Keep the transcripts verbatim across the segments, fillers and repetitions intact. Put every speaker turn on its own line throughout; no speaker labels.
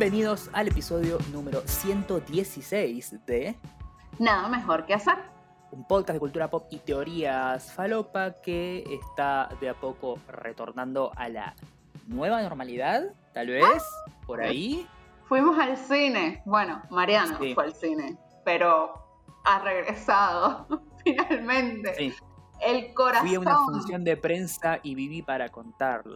Bienvenidos al episodio número ciento dieciséis de
Nada mejor que hacer.
Un podcast de cultura pop y teorías falopa que está de a poco retornando a la nueva normalidad, tal vez, por ahí.
Fuimos al cine. Bueno, Mariano
Sí.
fue al cine, pero ha regresado finalmente.
Sí.
El corazón.
Fui a una función de prensa y viví para contarlo.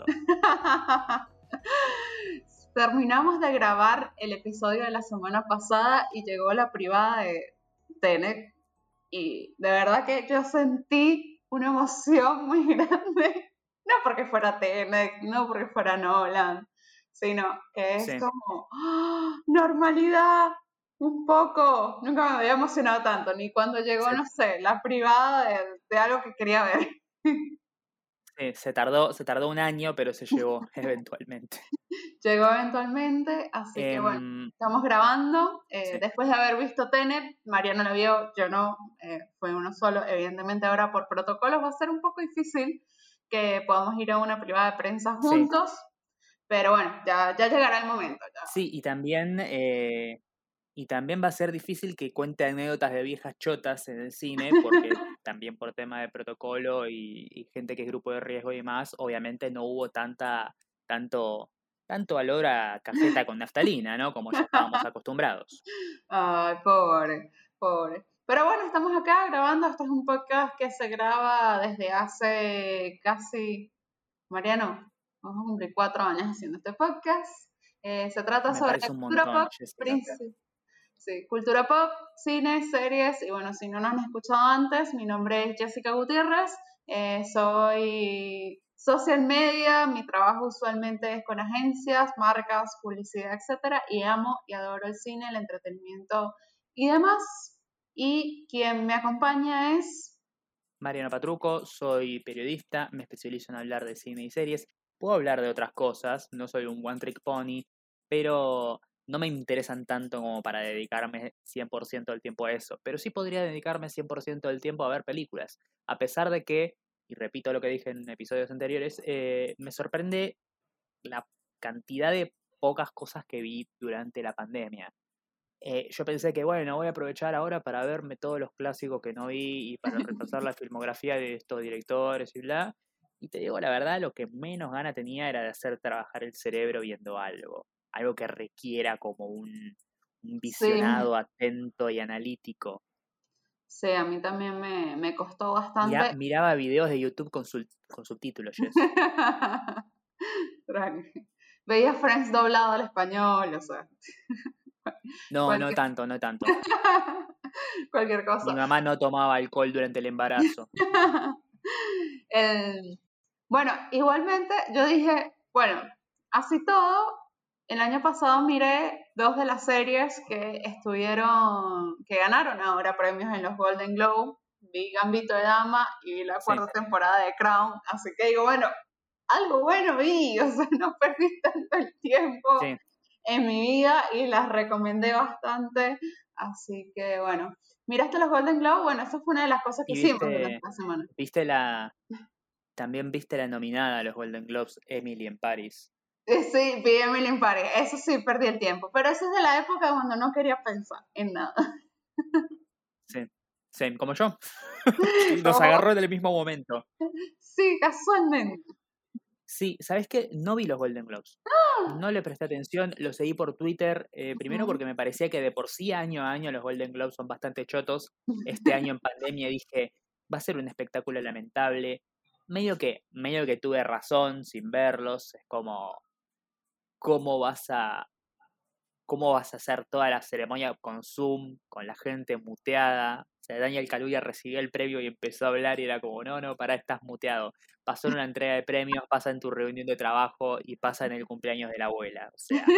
Terminamos de grabar el episodio de la semana pasada y llegó la privada de Tenet. Y de verdad que yo sentí una emoción muy grande. No porque fuera Tenet, no porque fuera Nolan, sino que es
Sí.
como ¡oh! Normalidad. Un poco, nunca me había emocionado tanto, ni cuando llegó,
Sí.
no sé, la privada de, de algo que quería ver.
Sí, se tardó, se tardó un año, pero se llegó eventualmente.
Llegó eventualmente, así
Em,
que bueno, estamos grabando. Eh,
sí.
Después de haber visto Tenet, Mariano la vio, yo no, eh, fue uno solo. Evidentemente ahora por protocolos va a ser un poco difícil que podamos ir a una privada de prensa juntos, sí. Pero bueno, ya, ya llegará el momento. Ya.
Sí, y también... Eh... Y también va a ser difícil que cuente anécdotas de viejas chotas en el cine, porque también por tema de protocolo y, y gente que es grupo de riesgo y demás, obviamente no hubo tanta, tanto, tanto valor a cajeta con naftalina, ¿no? Como ya estábamos acostumbrados.
Ay, pobre, pobre. Pero bueno, estamos acá grabando. Este es un podcast que se graba desde hace casi, Mariano, vamos a cumplir cuatro años haciendo este podcast. Eh, se trata
Me
sobre
parece un
cultura
montón,
pop,
Jessica.
príncipe. Sí, cultura pop, cine, series, y bueno, si no nos han escuchado antes, mi nombre es Jessica Gutiérrez, eh, soy social media, mi trabajo usualmente es con agencias, marcas, publicidad, etcétera, y amo y adoro el cine, el entretenimiento y demás. Y quien me acompaña es...
Mariano Patruco, soy periodista, me especializo en hablar de cine y series. Puedo hablar de otras cosas, no soy un one trick pony, pero no me interesan tanto como para dedicarme cien por ciento del tiempo a eso. Pero sí podría dedicarme cien por ciento del tiempo a ver películas. A pesar de que, y repito lo que dije en episodios anteriores, eh, me sorprende la cantidad de pocas cosas que vi durante la pandemia. Eh, yo pensé que, bueno, voy a aprovechar ahora para verme todos los clásicos que no vi y para repasar la filmografía de estos directores y bla. Y te digo la verdad, lo que menos gana tenía era de hacer trabajar el cerebro viendo algo. Algo que requiera como un, un visionado
Sí.
atento y analítico.
Sí, a mí también me, me costó bastante.
Mira, miraba videos de YouTube con, su, con subtítulos, Jess.
Veía Friends doblado al español, o sea.
No,
Cualquier...
no tanto, no tanto.
Cualquier cosa.
Mi mamá no tomaba alcohol durante el embarazo.
el... Bueno, igualmente yo dije, bueno, así todo, el año pasado miré dos de las series que estuvieron, que ganaron ahora premios en los Golden Globe. Vi Gambito de Dama y la cuarta sí. temporada de Crown, así que digo, bueno, algo bueno vi, o sea, no perdí tanto el tiempo sí. en mi vida y las recomendé bastante, así que bueno. ¿Miraste los Golden Globe? Bueno, eso fue una de las cosas que hicimos durante esta semana.
¿Viste la... También viste la nominada a los Golden Globes, Emily in Paris?
Sí, vi Emily in Paris, eso sí, perdí el tiempo, pero eso es de la época cuando no quería pensar en nada.
Sí, sí, como yo. Nos agarró en el mismo momento.
Sí, casualmente.
Sí, ¿sabes qué? No vi los Golden Globes. No le presté atención, lo seguí por Twitter, eh, primero porque me parecía que de por sí año a año los Golden Globes son bastante chotos. Este año en pandemia dije, va a ser un espectáculo lamentable. Medio que, medio que tuve razón sin verlos, es como, ¿cómo vas a, cómo vas a hacer toda la ceremonia con Zoom, con la gente muteada? O sea, Daniel Kaluuya recibió el premio y empezó a hablar y era como, no, no, pará, estás muteado. Pasó en una entrega de premios, pasa en tu reunión de trabajo y pasa en el cumpleaños de la abuela. O sea.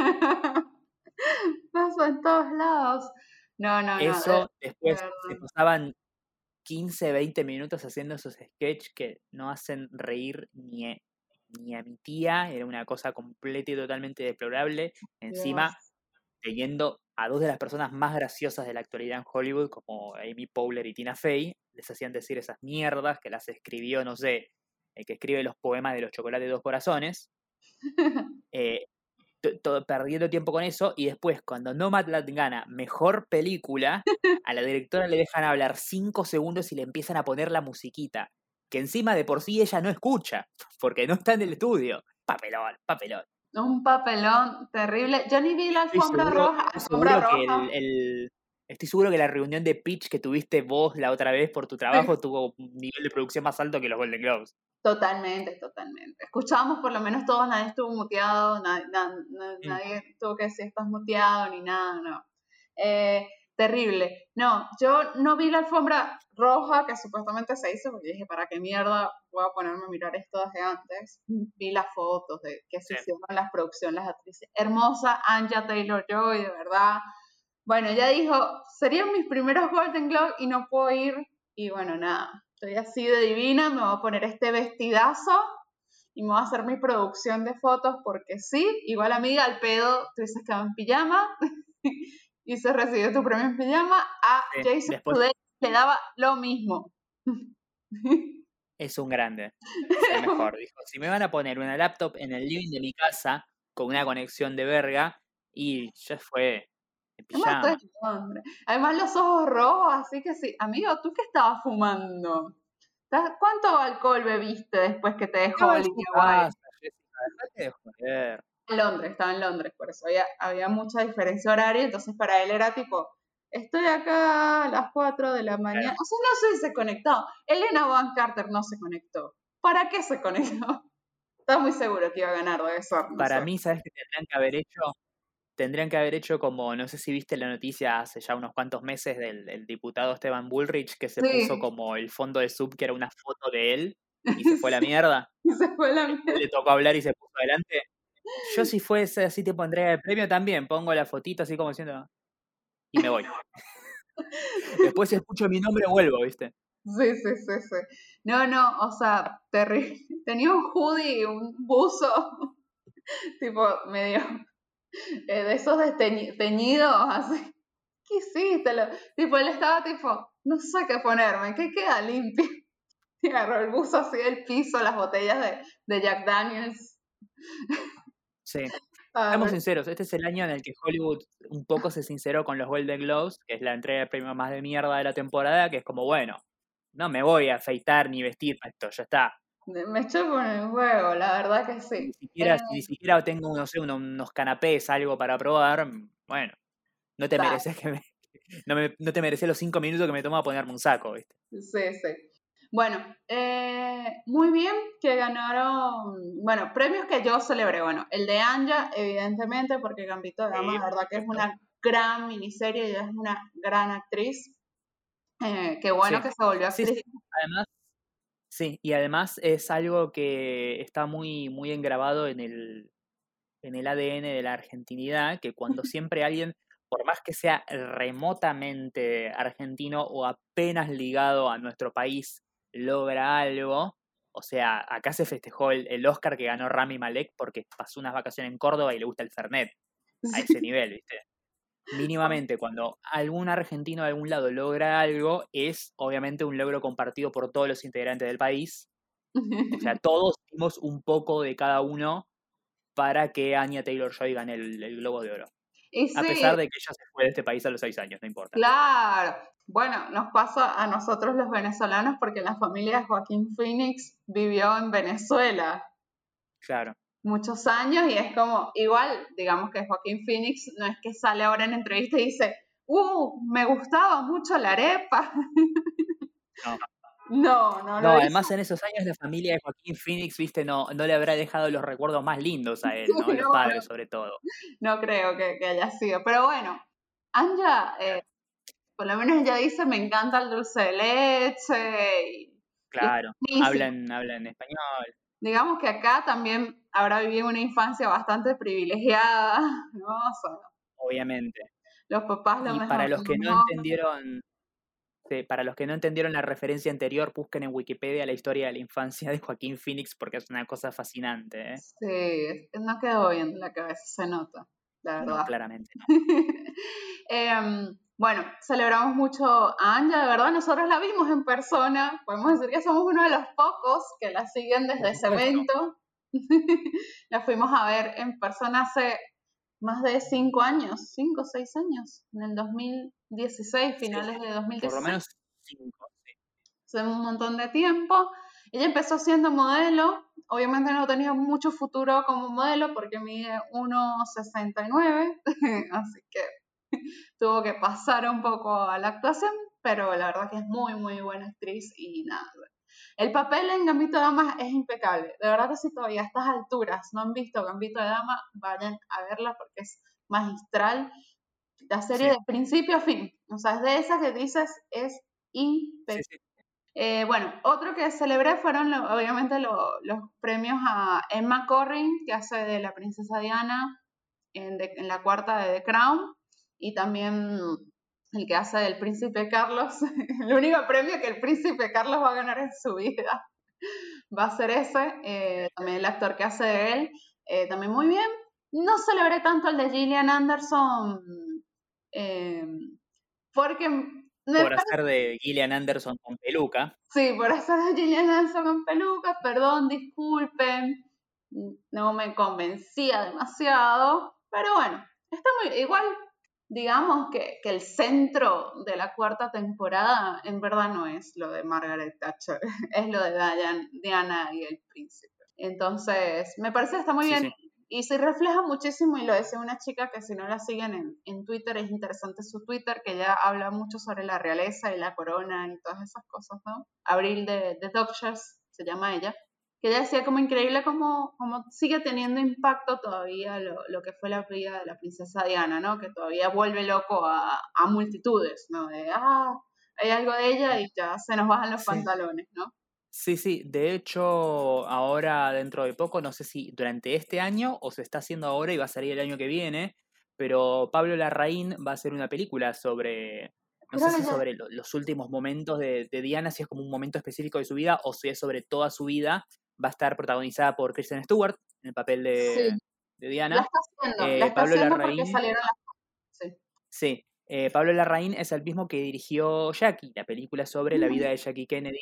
Pasa en todos lados. No, no,
Eso,
no.
De, después de se pasaban quince, veinte minutos haciendo esos sketches que no hacen reír ni a, ni a mi tía. Era una cosa completa y totalmente deplorable. Encima, yes. teniendo a dos de las personas más graciosas de la actualidad en Hollywood, como Amy Poehler y Tina Fey, les hacían decir esas mierdas que las escribió, no sé, el que escribe los poemas de los chocolates de dos corazones. eh, t- todo, perdiendo tiempo con eso, y después, cuando Nomadland gana mejor película, a la directora le dejan hablar cinco segundos y le empiezan a poner la musiquita, que encima de por sí ella no escucha, porque no está en el estudio. Papelón, papelón.
Un papelón terrible. Yo ni vi la
Estoy
alfombra
seguro,
roja.
estoy
Alfombra
seguro que el,
roja.
el- estoy seguro que la reunión de pitch que tuviste vos la otra vez por tu trabajo tuvo un nivel de producción más alto que los Golden Globes.
Totalmente, totalmente. Escuchábamos por lo menos todos, nadie estuvo muteado, nadie, nadie, nadie tuvo que decir estás muteado ni nada, no. Eh, terrible. No, yo no vi la alfombra roja que supuestamente se hizo porque dije, ¿para qué mierda voy a ponerme a mirar esto desde antes? Vi las fotos de que se
Sí.
hicieron las producciones, las actrices. Hermosa Anya Taylor-Joy, de verdad. Bueno, ella dijo, serían mis primeros Golden Globe y no puedo ir. Y bueno, nada, estoy así de divina, me voy a poner este vestidazo y me voy a hacer mi producción de fotos porque sí, igual amiga, al pedo, tú dices que va en pijama y se recibió tu premio en pijama, a
Sí,
Jason
después-
Sudeikis le daba lo mismo.
Es un grande. Es el mejor. Dijo, si me van a poner una laptop en el living de mi casa con una conexión de verga, y ya fue en
Además,
pijama.
estoy en Londres. Además, los ojos rojos, así que sí. Amigo, ¿tú qué estabas fumando? ¿Estás- ¿Cuánto alcohol bebiste después que te dejó
Estaba en
Olivia
su
Wilde?
casa, Jessica, dejate de joder.
En Londres, estaba en Londres, por eso había, había mucha diferencia horaria, entonces para él era tipo, estoy acá a las cuatro de la mañana. O sea, no sé si se conectó. Elena Bonham Carter no se conectó. ¿Para qué se conectó? Estaba muy seguro que iba a ganar, debe ser. No
Para
sé.
mí, ¿sabes qué tendrían que haber hecho? Tendrían que haber hecho como, no sé si viste la noticia hace ya unos cuantos meses del, del diputado Esteban Bullrich, que se
Sí.
puso como el fondo de sub, que era una foto de él, y se fue a la mierda.
Y se fue la mierda.
Le tocó hablar y se puso adelante. Yo si fuese así tipo entrega de premio también, pongo la fotito así como diciendo, y me voy. Después si escucho mi nombre vuelvo, ¿viste?
Sí, sí, sí, sí. No, no, o sea, terrible. Tenía un hoodie, un buzo, tipo medio eh, de esos desteñi- teñidos, así. ¿Qué hiciste? Lo- tipo, él estaba tipo, no sé qué ponerme, ¿qué queda limpio? Y agarró el buzo así del piso, las botellas de, de Jack Daniels.
Sí.
Agarró
Seamos
el-
sinceros, este es el año en el que Hollywood un poco se sinceró con los Golden Globes, que es la entrega de premio más de mierda de la temporada, que es como, bueno, no me voy a afeitar ni vestir para esto, ya está.
Me echó con el huevo, la verdad que
Ni
sí.
siquiera,
Eh,
si ni siquiera tengo, no sé, unos, unos canapés, algo para probar, bueno, no te
ta-
mereces que me, no, me- no te mereces los cinco minutos que me toma ponerme un saco, ¿viste?
Sí, sí. Bueno, eh, muy bien que ganaron, bueno, premios que yo celebré. Bueno, el de Anya, evidentemente, porque Gambito de Dama,
Sí,
la verdad que es
perfecto.
una gran miniserie, ella es una gran actriz. Eh, qué bueno
Sí.
que se volvió
Sí,
actriz.
sí. Además, sí, y además es algo que está muy, muy engravado en el, en el A D N de la argentinidad, que cuando siempre alguien, por más que sea remotamente argentino o apenas ligado a nuestro país, logra algo, o sea, acá se festejó el, el Oscar que ganó Rami Malek porque pasó unas vacaciones en Córdoba y le gusta el Fernet, a ese nivel, ¿viste? Mínimamente, cuando algún argentino de algún lado logra algo, es obviamente un logro compartido por todos los integrantes del país. O sea, todos dimos un poco de cada uno para que Anya Taylor-Joy gane el, el Globo de Oro.
Y
A
sí,
pesar de que ella se fue de este país a los seis años, no importa.
claro. Bueno, nos pasa a nosotros los venezolanos porque la familia de Joaquín Phoenix vivió en Venezuela
Claro.
muchos años y es como, igual, digamos que Joaquín Phoenix no es que sale ahora en entrevista y dice, uh, me gustaba mucho la arepa.
No.
No, no lo
No,
hizo.
además en esos años la familia de Joaquín Phoenix, viste, no, no le habrá dejado los recuerdos más lindos a él, ¿no?
Sí,
Los
no,
padres,
no,
sobre todo.
no creo que, que haya sido. Pero bueno, Anja, eh, por lo menos ella dice, me encanta el dulce de leche y, y es
Claro.
buenísimo.
Hablan, hablan español.
Digamos que acá también habrá vivido una infancia bastante privilegiada, ¿no? O sea,
Obviamente.
los papás lo
Y
mejor.
para los
Lo
que no
mejor.
entendieron, sí, para los que no entendieron la referencia anterior, busquen en Wikipedia la historia de la infancia de Joaquín Phoenix porque es una cosa fascinante, ¿eh?
Sí, no quedó bien en la cabeza, se nota, la
No,
verdad.
claramente no.
Em, bueno, celebramos mucho a Anja, de verdad, nosotros la vimos en persona, podemos decir que somos uno de los pocos que la siguen desde
Por
ese
supuesto.
evento. La fuimos a ver en persona hace más de cinco años, cinco o seis años, en el dos mil dieciséis,
Sí,
finales de dos mil dieciséis.
por lo menos cinco. Sí.
Hace un montón de tiempo. Ella empezó siendo modelo, obviamente no tenía mucho futuro como modelo porque mide uno sesenta y nueve, así que tuvo que pasar un poco a la actuación, pero la verdad que es muy, muy buena actriz y nada. El papel en Gambito de Dama es impecable. De verdad que si todavía a estas alturas no han visto Gambito de Dama, vayan a verla porque es magistral. La serie
Sí.
de principio a fin. O sea, es de esas que dices, es impecable. Sí, sí. Eh, bueno, otro que celebré fueron lo, obviamente lo, los premios a Emma Corrin, que hace de la princesa Diana en, de, en la cuarta de The Crown, y también el que hace del príncipe Carlos. El único premio que el príncipe Carlos va a ganar en su vida va a ser ese. Eh, también el actor que hace de él, eh, también muy bien. No celebré tanto el de Gillian Anderson, eh, porque
me por parece... hacer de Gillian Anderson con peluca.
Sí, por hacer de Gillian Anderson con peluca, perdón, disculpen, no me convencía demasiado, pero bueno, está muy igual. Digamos que, que el centro de la cuarta temporada en verdad no es lo de Margaret Thatcher, es lo de Diana, Diana y el príncipe. Entonces, me parece que está muy sí, bien. Sí. Y se refleja muchísimo, y lo decía una chica que si no la siguen en, en Twitter, es interesante su Twitter, que ella habla mucho sobre la realeza y la corona y todas esas cosas, ¿no? Abril de, de Duchess, se llama ella. Que ella decía como increíble como, como sigue teniendo impacto todavía lo, lo que fue la vida de la princesa Diana, ¿no? Que todavía vuelve loco a, a multitudes, ¿no? De, ah, hay algo de ella y ya se nos bajan los sí. pantalones, ¿no?
Sí, sí, de hecho ahora dentro de poco, no sé si durante este año o se está haciendo ahora y va a salir el año que viene, pero Pablo Larraín va a hacer una película sobre, no Creo sé si ya... sobre lo, los últimos momentos de, de Diana, si es como un momento específico de su vida o si es sobre toda su vida. Va a estar protagonizada por Kristen Stewart en el papel de, sí. de Diana.
La está haciendo,
eh,
la está
Pablo
haciendo
Larraín,
porque salieron las... Sí.
Sí, eh, Pablo Larraín es el mismo que dirigió Jackie, la película sobre mm. la vida de Jackie Kennedy,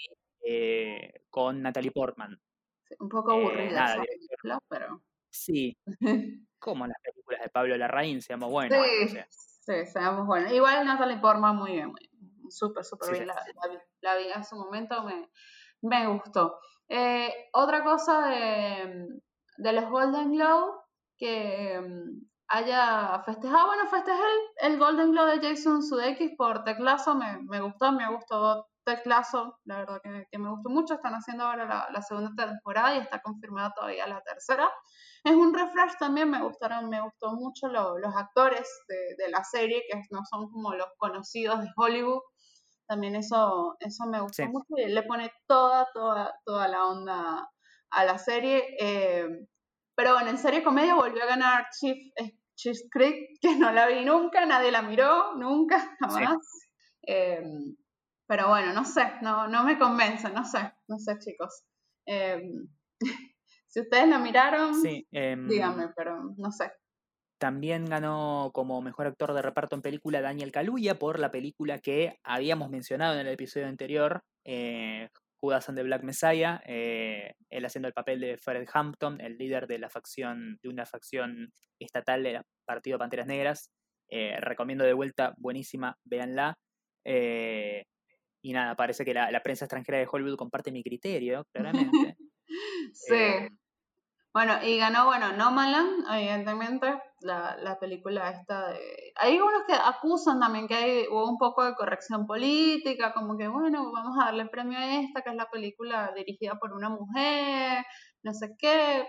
eh, con Natalie Portman.
Sí, un poco aburrida eh, nada, esa película, pero...
Sí, como las películas de Pablo Larraín, seamos buenos.
Sí,
o sea.
sí, seamos buenos. Igual Natalie Portman muy bien, muy bien. Súper, súper sí, bien. Sí. La, la, la vi en su momento, me, me gustó. Eh, otra cosa de, de los Golden Globe, que um, haya festejado, bueno, festejé el, el Golden Globe de Jason Sudeikis por Ted Lasso, me, me gustó, me gustó Ted Lasso, la verdad que, que me gustó mucho. Están haciendo ahora la, la segunda temporada y está confirmada todavía la tercera. Es un refresh también, me gustaron, me gustó mucho lo, los actores de, de la serie, que no son como los conocidos de Hollywood. También eso, eso me gustó sí. mucho y le pone toda, toda, toda la onda a la serie. Eh, pero bueno, en serie comedia volvió a ganar Chief, eh, Chief Creek, que no la vi nunca, nadie la miró, nunca, jamás. Sí. Eh, pero bueno, no sé, no, no me convence, no sé, no sé chicos. Eh, si ustedes la miraron,
sí, eh,
díganme, pero no sé.
También ganó como mejor actor de reparto en película Daniel Kaluuya por la película que habíamos mencionado en el episodio anterior, eh, Judas and the Black Messiah, eh, él haciendo el papel de Fred Hampton, el líder de la facción, de una facción estatal del Partido Panteras Negras. Eh, recomiendo de vuelta, buenísima, véanla. Eh, y nada, parece que la, la prensa extranjera de Hollywood comparte mi criterio, claramente.
Sí. Eh, Bueno, y ganó, bueno, Nomadland, evidentemente, la, la película esta de... Hay unos que acusan también que hay, hubo un poco de corrección política, como que, bueno, vamos a darle premio a esta, que es la película dirigida por una mujer, no sé qué.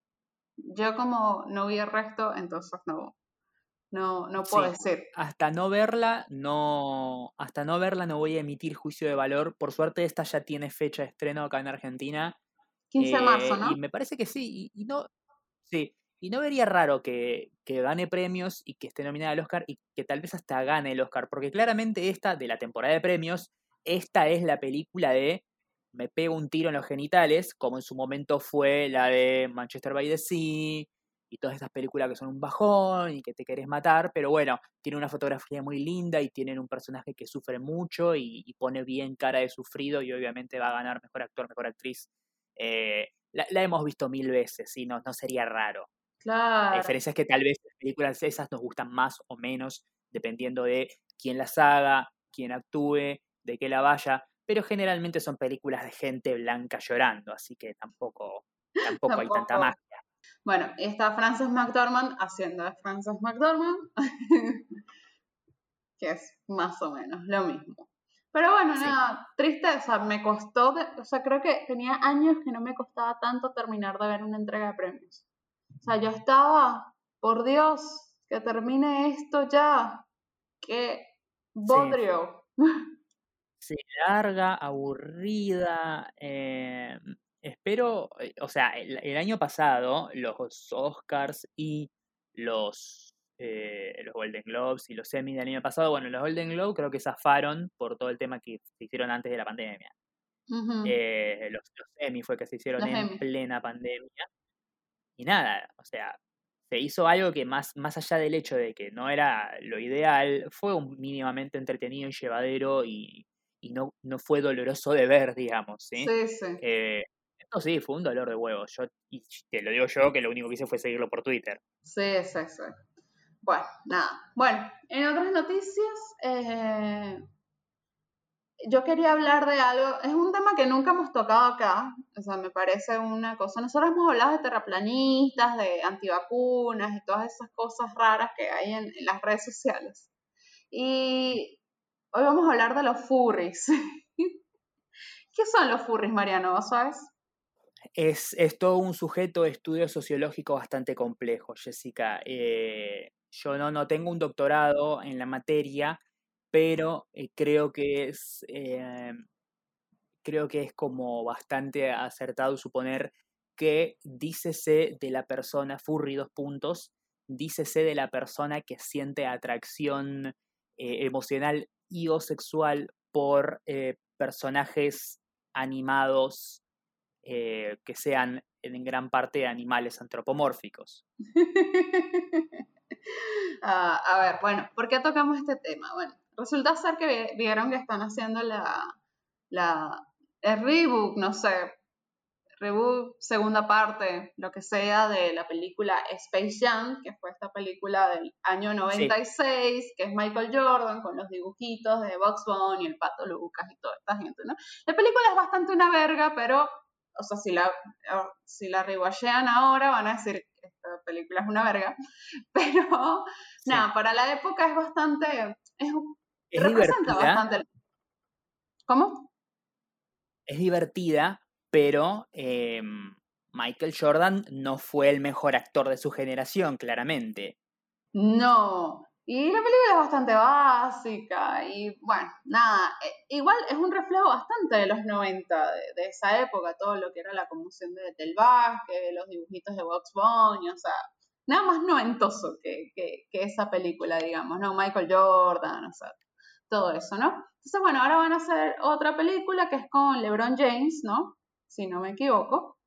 Yo como no vi el resto, entonces no, no, no puedo
sí,
decir.
Hasta no verla, no, hasta no verla no voy a emitir juicio de valor. Por suerte esta ya tiene fecha de estreno acá en Argentina.
quince de marzo, ¿no?
Eh, y me parece que sí, y, y no, sí, y no vería raro que, que gane premios y que esté nominada al Oscar y que tal vez hasta gane el Oscar, porque claramente esta, de la temporada de premios, esta es la película de me pego un tiro en los genitales, como en su momento fue la de Manchester by the Sea, y todas estas películas que son un bajón y que te querés matar, pero bueno, tiene una fotografía muy linda y tienen un personaje que sufre mucho y, y pone bien cara de sufrido y obviamente va a ganar mejor actor, mejor actriz. Eh, la, la hemos visto mil veces y no, no sería raro.
Claro.
La diferencia es que tal vez es películas esas nos gustan más o menos, dependiendo de quién las haga, quién actúe, de qué la vaya, pero generalmente son películas de gente blanca llorando, así que tampoco, tampoco hay tanta
Tampoco.
magia.
Bueno, y está Frances McDormand haciendo de Frances McDormand, que es más o menos lo mismo. Pero bueno,
Sí.
nada, tristeza, me costó, de, o sea, creo que tenía años que no me costaba tanto terminar de ver una entrega de premios. O sea, yo estaba, por Dios, que termine esto ya, qué
Sí.
bodrio.
Sí, larga, aburrida. eh, espero, eh, o sea, el, el año pasado los Oscars y los, eh, los Golden Globes y los Emmy del año pasado, bueno, los Golden Globes creo que zafaron por todo el tema que se hicieron antes de la pandemia.
Ujú,
Eh, los, los Emmy fue que se hicieron
los
en
Emmy.
plena pandemia y nada, o sea, se hizo algo que más, más allá del hecho de que no era lo ideal, fue un mínimamente entretenido y llevadero y, y no, no fue doloroso de ver, digamos, ¿sí?
Sí, sí.
Eh, esto sí, fue un dolor de huevos. Yo, y te lo digo yo, que lo único que hice fue seguirlo por Twitter.
Sí, sí, sí. Bueno, nada. Bueno, en otras noticias, eh, yo quería hablar de algo, es un tema que nunca hemos tocado acá, o sea, me parece una cosa, nosotros hemos hablado de terraplanistas, de antivacunas y todas esas cosas raras que hay en, en las redes sociales. Y hoy vamos a hablar de los furries. ¿Qué son los furries, Mariano? ¿Vos sabes?
Es, es todo un sujeto de estudio sociológico bastante complejo, Jessica. Eh, yo no, no tengo un doctorado en la materia, pero eh, creo que es eh, creo que es como bastante acertado suponer que dícese de la persona, furry dos puntos, dícese de la persona que siente atracción eh, emocional y o sexual por eh, personajes animados eh, que sean en gran parte animales antropomórficos.
Ah, a ver, bueno, ¿por qué tocamos este tema? Bueno, resulta ser que vi- vieron que están haciendo la, la, el reboot, no sé, reboot, segunda parte, lo que sea, de la película Space Jam, que fue esta película del año noventa y seis,
Sí.
que es Michael Jordan con los dibujitos de Bugs Bunny, el Pato Lucas y toda esta gente, ¿no? La película es bastante una verga, pero, o sea, si la, si la rewatchean ahora van a decir que esta película es una verga, pero,
Sí.
nada, para la época es bastante, es,
Es
representa
divertida,
bastante. ¿Cómo?
es divertida, pero eh, Michael Jordan no fue el mejor actor de su generación, claramente.
No. Y la película es bastante básica y bueno, nada, eh, igual es un reflejo bastante de los noventa, de, de esa época, todo lo que era la conmoción de, del básquet, los dibujitos de Bugs Bunny, o sea, nada más noventoso que, que, que esa película, digamos, ¿no? Michael Jordan, o sea, todo eso, ¿no? Entonces, bueno, ahora van a hacer otra película que es con LeBron James, ¿no? Si no me equivoco.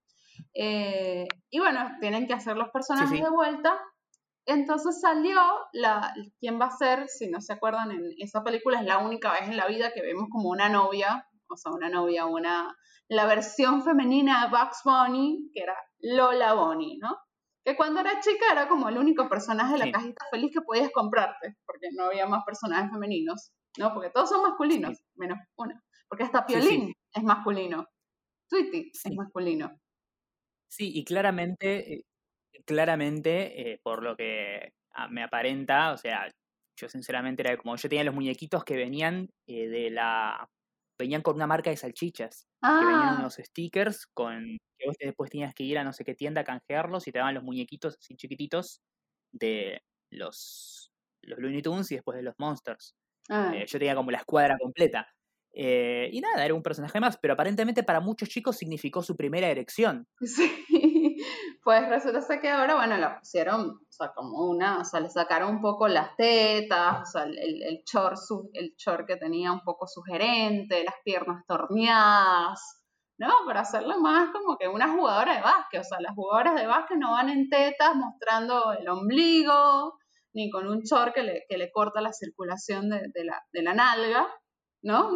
Eh, y bueno, tienen que hacer los
Sí,
personajes de
sí.
vuelta. Entonces salió la, quién va a ser, si no se acuerdan, en esa película es la única vez en la vida que vemos como una novia, o sea, una novia, una, la versión femenina de Bugs Bunny, que era Lola Bunny, ¿no? Que cuando era chica era como el único personaje de la
Sí,
cajita feliz que podías comprarte, porque no había más personajes femeninos, ¿no? Porque todos son masculinos,
sí,
menos uno. Porque hasta
sí, sí,
Piolín es masculino, Tweety es
sí,
masculino.
sí, y claramente, eh, claramente, eh, por lo que ah, me aparenta, o sea, yo sinceramente era como, yo tenía los muñequitos que venían eh, de la, venían con una marca de salchichas, que venían
Ah,
unos stickers con, que vos después tenías que ir a no sé qué tienda a canjearlos y te daban los muñequitos así chiquititos de los, los Looney Tunes y después de los Monsters.
ah.
Eh, yo tenía como la escuadra completa. Eh, y nada, era un personaje más, pero aparentemente para muchos chicos significó su primera erección.
Sí, pues resulta ser que ahora, bueno, la pusieron, o sea, como una, o sea, le sacaron un poco las tetas, o sea, el, el, el short, su- el short que tenía un poco sugerente, las piernas torneadas, ¿no? Para hacerlo más como que una jugadora de básquet, o sea, las jugadoras de básquet no van en tetas mostrando el ombligo, ni con un short que le, que le corta la circulación de, de la, de la nalga, ¿no?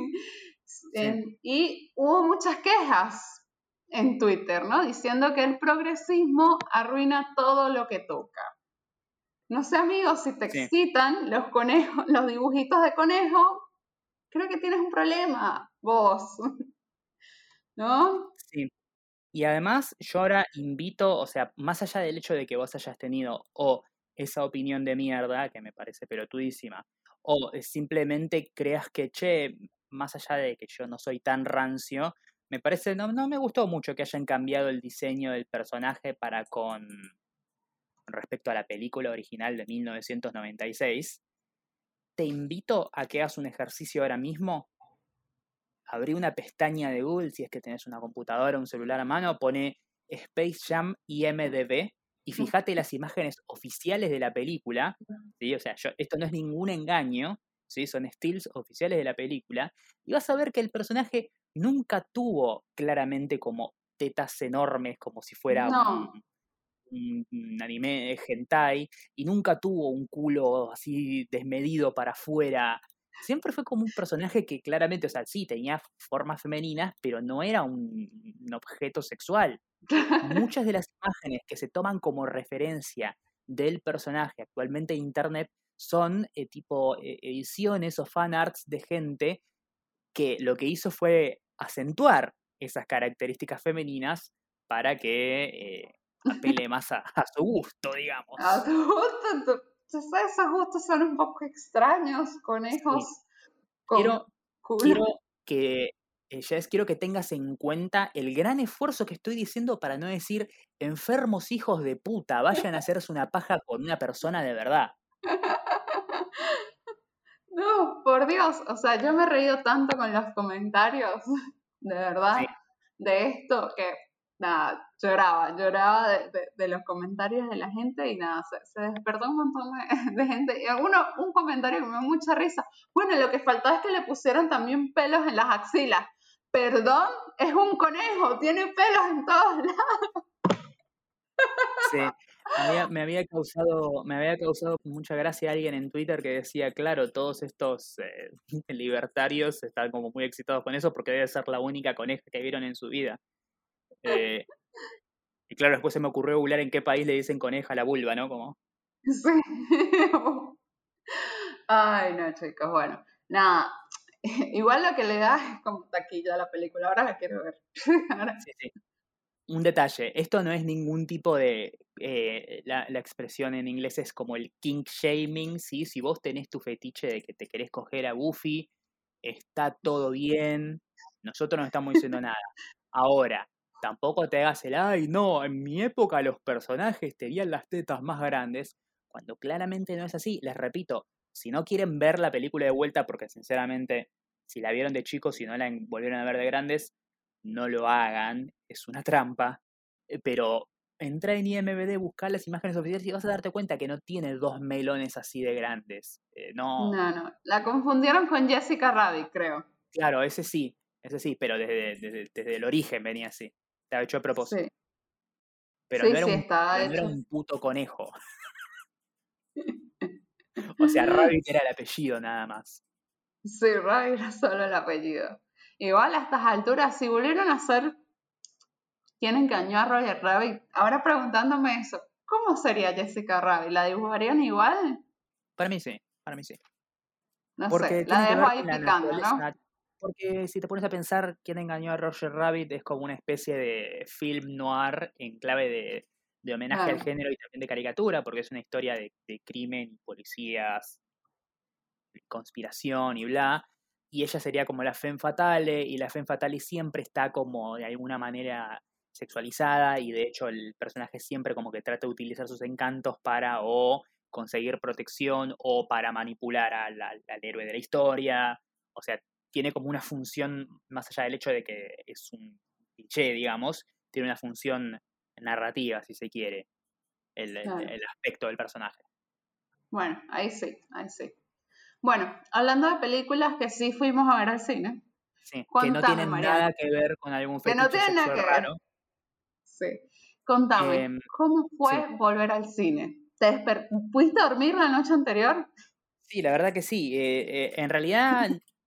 Sí.
En- y hubo muchas quejas en Twitter, ¿no? Diciendo que el progresismo arruina todo lo que toca. No sé, amigo, si te
Sí.
excitan los conejos, los dibujitos de conejo, creo que tienes un problema, vos. ¿No?
Sí. Y además, yo ahora invito, o sea, más allá del hecho de que vos hayas tenido o esa opinión de mierda, que me parece pelotudísima, o simplemente creas que, che, más allá de que yo no soy tan rancio, me parece, no, no me gustó mucho que hayan cambiado el diseño del personaje para con respecto a la película original de mil novecientos noventa y seis. Te invito a que hagas un ejercicio ahora mismo. Abrí una pestaña de Google, si es que tenés una computadora o un celular a mano, pone Space Jam I M D B y fíjate las imágenes oficiales de la película, ¿sí? O sea, yo, esto no es ningún engaño, ¿sí? Son stills oficiales de la película, y vas a ver que el personaje nunca tuvo claramente como tetas enormes, como si fuera un,
No.
un, un anime hentai, y nunca tuvo un culo así desmedido para afuera. Siempre fue como un personaje que claramente, o sea, sí, tenía formas femeninas, pero no era un, un objeto sexual. Muchas de las imágenes que se toman como referencia del personaje actualmente en internet son eh, tipo eh, ediciones o fanarts de gente que lo que hizo fue acentuar esas características femeninas para que eh, apele más a, a su gusto, digamos.
A tu gusto, tu- esos gustos son un poco extraños, conejos
Sí.
con
Quiero,
culo.
quiero que, eh, Jess, quiero que tengas en cuenta el gran esfuerzo que estoy diciendo para no decir enfermos hijos de puta, vayan a hacerse una paja con una persona de verdad.
No, por Dios, o sea, yo me he reído tanto con los comentarios, de verdad,
Sí.
de esto, que nada, lloraba, lloraba de, de- de los comentarios de la gente y nada, se, se despertó un montón de, de gente. Y alguno, un comentario que me dio mucha risa. Bueno, lo que faltaba es que le pusieran también pelos en las axilas. Perdón, es un conejo, tiene pelos en todos lados.
Sí, me había, me había causado, me había causado mucha gracia alguien en Twitter que decía, claro, todos estos eh, libertarios están como muy excitados con eso porque debe ser la única coneja que vieron en su vida. Eh, y claro, después se me ocurrió googlear en qué país le dicen coneja a la vulva, ¿no? Como,
Sí. Ay, no, chicos, bueno, nada. Igual lo que le da es como taquilla a la película. Ahora la quiero ver. Ahora-
sí, sí. Un detalle, esto no es ningún tipo de, eh, la, la expresión en inglés es como el kink shaming, ¿sí? Si vos tenés tu fetiche de que te querés coger a Buffy, está todo bien, nosotros no estamos diciendo nada. Ahora, tampoco te hagas el, ay, no, en mi época los personajes tenían las tetas más grandes, cuando claramente no es así. Les repito, si no quieren ver la película de vuelta, porque sinceramente, si la vieron de chicos y no la volvieron a ver de grandes, no lo hagan, es una trampa, eh, pero entra en I M D B, buscar las imágenes oficiales y vas a darte cuenta que no tiene dos melones así de grandes. Eh, no,
No, no. La confundieron con Jessica Rabbit, creo.
claro, ese sí, ese sí, pero desde, desde, desde el origen venía así. Estaba hecho a propósito.
Sí.
Pero
Sí,
no era
sí,
un,
estaba
pero no era
hecho.
un puto conejo. O sea, Rabbit era el apellido nada más.
Sí, Rabbit era solo el apellido. Igual a estas alturas, si volvieron a hacer quién engañó a Roger Rabbit, ahora preguntándome eso, ¿cómo sería Jessica Rabbit? ¿La dibujarían igual?
Para mí sí, para mí sí.
No sé,
Porque
la
tiene que
dejo
ver con
ahí
la
picando, ¿no?
naturaleza. Porque si te pones a pensar, quién engañó a Roger Rabbit es como una especie de film noir en clave de, de homenaje al
Claro,
género y también de caricatura, porque es una historia de, de crimen y policías, conspiración y bla. Y ella sería como la femme fatale, y la femme fatale siempre está como de alguna manera sexualizada, y de hecho el personaje siempre como que trata de utilizar sus encantos para o conseguir protección o para manipular al, al, al héroe de la historia. O sea, tiene como una función, más allá del hecho de que es un cliché, digamos, tiene una función narrativa, si se quiere, el, el,
claro.
el aspecto del personaje.
Bueno, ahí sí, ahí sí. Bueno, hablando de películas que sí fuimos a ver al cine,
Sí, que no
contame,
tienen nada
Mariana,
que ver con algún
que no
fetiche
tienen nada
sexual
que ver.
raro.
Sí. Contame,
Eh,
¿cómo
sí,
fue volver al cine? ¿Te desper- ¿Pudiste dormir la noche anterior?
sí, la verdad que sí. Eh, eh, en realidad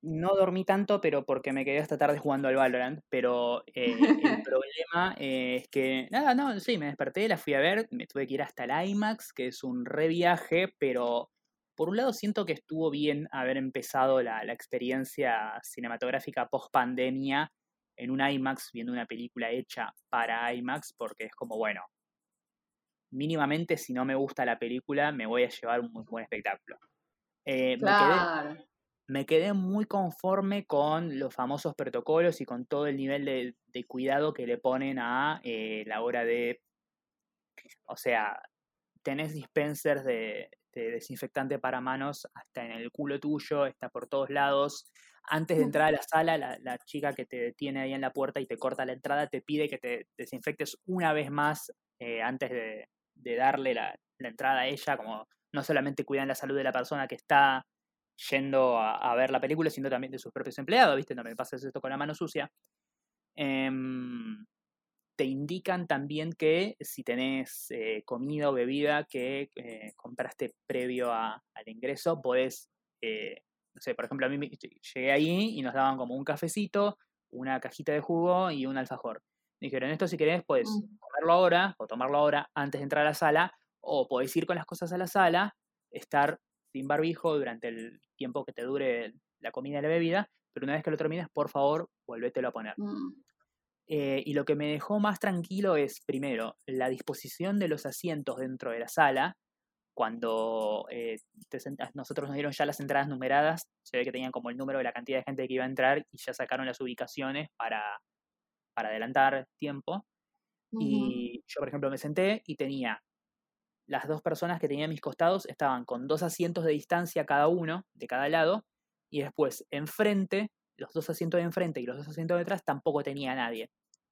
No dormí tanto, pero porque me quedé hasta tarde jugando al Valorant. Pero eh, el problema eh, es que, nada, no, sí, me desperté, la fui a ver, me tuve que ir hasta el IMAX, que es un re viaje, pero por un lado siento que estuvo bien haber empezado la, la experiencia cinematográfica post pandemia en un IMAX, viendo una película hecha para IMAX, porque es como, bueno, mínimamente si no me gusta la película, me voy a llevar un muy buen espectáculo. Eh, me quedé
Claro.
me quedé muy conforme con los famosos protocolos y con todo el nivel de, de cuidado que le ponen a eh, la hora de, o sea, tenés dispensers de, de desinfectante para manos hasta en el culo tuyo, está por todos lados. Antes de entrar a la sala, la, la chica que te detiene ahí en la puerta y te corta la entrada te pide que te desinfectes una vez más eh, antes de, de darle la, la entrada a ella, como no solamente cuidan la salud de la persona que está yendo a, a ver la película, sino también de sus propios empleados, ¿viste? No me pases esto con la mano sucia. Em, te indican también que si tenés eh, comida o bebida que eh, compraste previo a, al ingreso, podés, eh, no sé, por ejemplo, a mí me, llegué ahí y nos daban como un cafecito, una cajita de jugo y un alfajor. Me dijeron, esto si querés, puedes
Mm.
comerlo ahora o tomarlo ahora antes de entrar a la sala, o podés ir con las cosas a la sala, estar sin barbijo durante el tiempo que te dure la comida y la bebida, pero una vez que lo termines, por favor, volvételo a poner.
Mm.
Eh, y lo que me dejó más tranquilo es, primero, la disposición de los asientos dentro de la sala. Cuando eh, te sentas, nosotros nos dieron ya las entradas numeradas, se ve que tenían como el número de la cantidad de gente que iba a entrar y ya sacaron las ubicaciones para, para adelantar tiempo.
Ujú.
Y yo, por ejemplo, me senté y tenía las dos personas que tenía a mis costados, estaban con dos asientos de distancia cada uno, de cada lado, y después enfrente, los dos asientos de enfrente y los dos asientos de atrás, tampoco tenía nadie.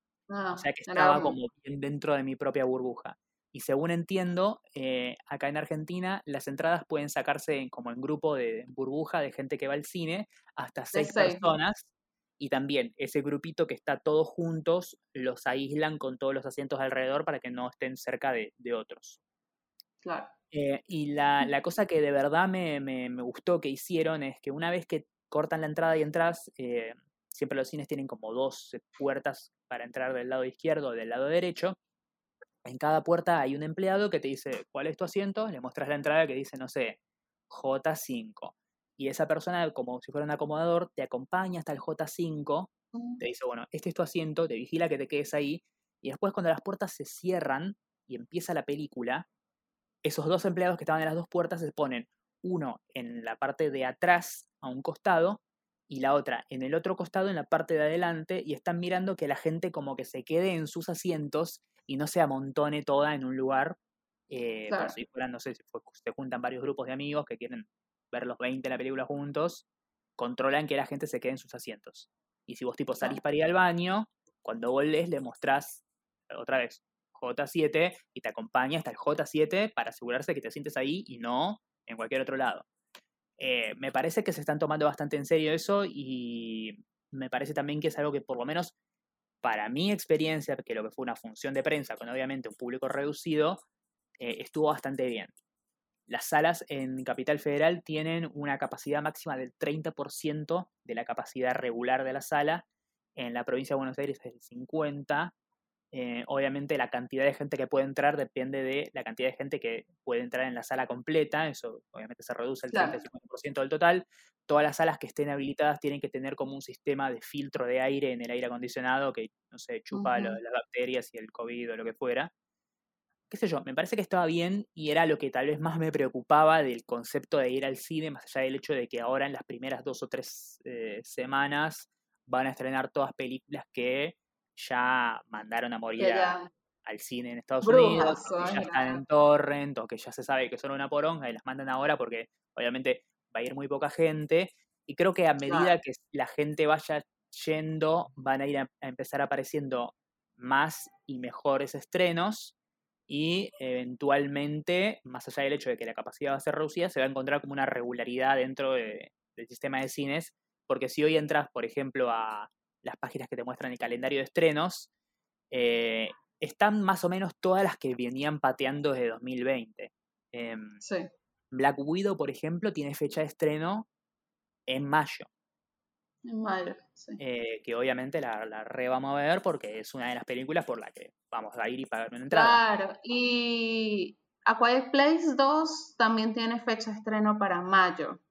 O
Ah,
sea que
era
estaba
un-
como bien dentro de mi propia burbuja. Y según entiendo, eh, acá en Argentina las entradas pueden sacarse en- como en grupo de burbuja de gente que va al cine, hasta
de
seis
seis, ¿no?
personas. Y también ese grupito que está todos juntos, los aíslan con todos los asientos alrededor para que no estén cerca de, de otros.
Claro.
Eh, y la, la cosa que de verdad me, me- me gustó que hicieron es que una vez que cortan la entrada y entras, eh, siempre los cines tienen como dos eh, puertas para entrar del lado izquierdo o del lado derecho. En cada puerta hay un empleado que te dice cuál es tu asiento, le muestras la entrada que dice, no sé, J cinco. Y esa persona, como si fuera un acomodador, te acompaña hasta el J cinco,
Mm.
te dice, bueno, este es tu asiento, te vigila que te quedes ahí. Y después cuando las puertas se cierran y empieza la película, esos dos empleados que estaban en las dos puertas se ponen uno en la parte de atrás, a un costado, y la otra en el otro costado, en la parte de adelante, y están mirando que la gente como que se quede en sus asientos y no se amontone toda en un lugar, eh, por
Claro.
si fueran, no sé, si fue- se juntan varios grupos de amigos que quieren ver los veinte la película juntos, controlan que la gente se quede en sus asientos. Y si vos tipo salís
Claro.
para ir al baño, cuando volvés le mostrás otra vez J siete y te acompaña hasta el J siete para asegurarse que te sientes ahí y no en cualquier otro lado. Eh, me parece que se están tomando bastante en serio eso y me parece también que es algo que por lo menos para mi experiencia, que lo que fue una función de prensa con obviamente un público reducido, eh, estuvo bastante bien. Las salas en Capital Federal tienen una capacidad máxima del treinta por ciento de la capacidad regular de la sala. En la provincia de Buenos Aires es el cincuenta por ciento. Eh, obviamente la cantidad de gente que puede entrar depende de la cantidad de gente que puede entrar en la sala completa, eso obviamente se reduce el treinta
Claro.
y cincuenta por ciento del total. Todas las salas que estén habilitadas tienen que tener como un sistema de filtro de aire en el aire acondicionado que, no sé, chupa lo-
Ujú.
las bacterias y el COVID o lo que fuera. Qué sé yo, me parece que estaba bien y era lo que tal vez más me preocupaba del concepto de ir al cine, más allá del hecho de que ahora en las primeras dos o tres eh, semanas van a estrenar todas películas que ya mandaron a morir
Que
a-
ya.
al cine en Estados Unidos,
Brujas,
o que ya
son
están
ya.
en torrent, o que ya se sabe que son una poronga y las mandan ahora porque obviamente va a ir muy poca gente. Y creo que a
Claro.
medida que la gente vaya yendo, van a ir a, a empezar apareciendo más y mejores estrenos y eventualmente, más allá del hecho de que la capacidad va a ser reducida, se va a encontrar como una regularidad dentro de- del sistema de cines, porque si hoy entras, por ejemplo, a las páginas que te muestran el calendario de estrenos, eh, están más o menos todas las que venían pateando desde dos mil veinte. Em,
Sí.
Black Widow, por ejemplo, tiene fecha de estreno en mayo.
En mayo, sí.
Eh, que obviamente la, la re vamos a ver porque es una de las películas por la que vamos a ir y pagar una entrada.
Claro, y A Quiet Place dos también tiene fecha de estreno para mayo,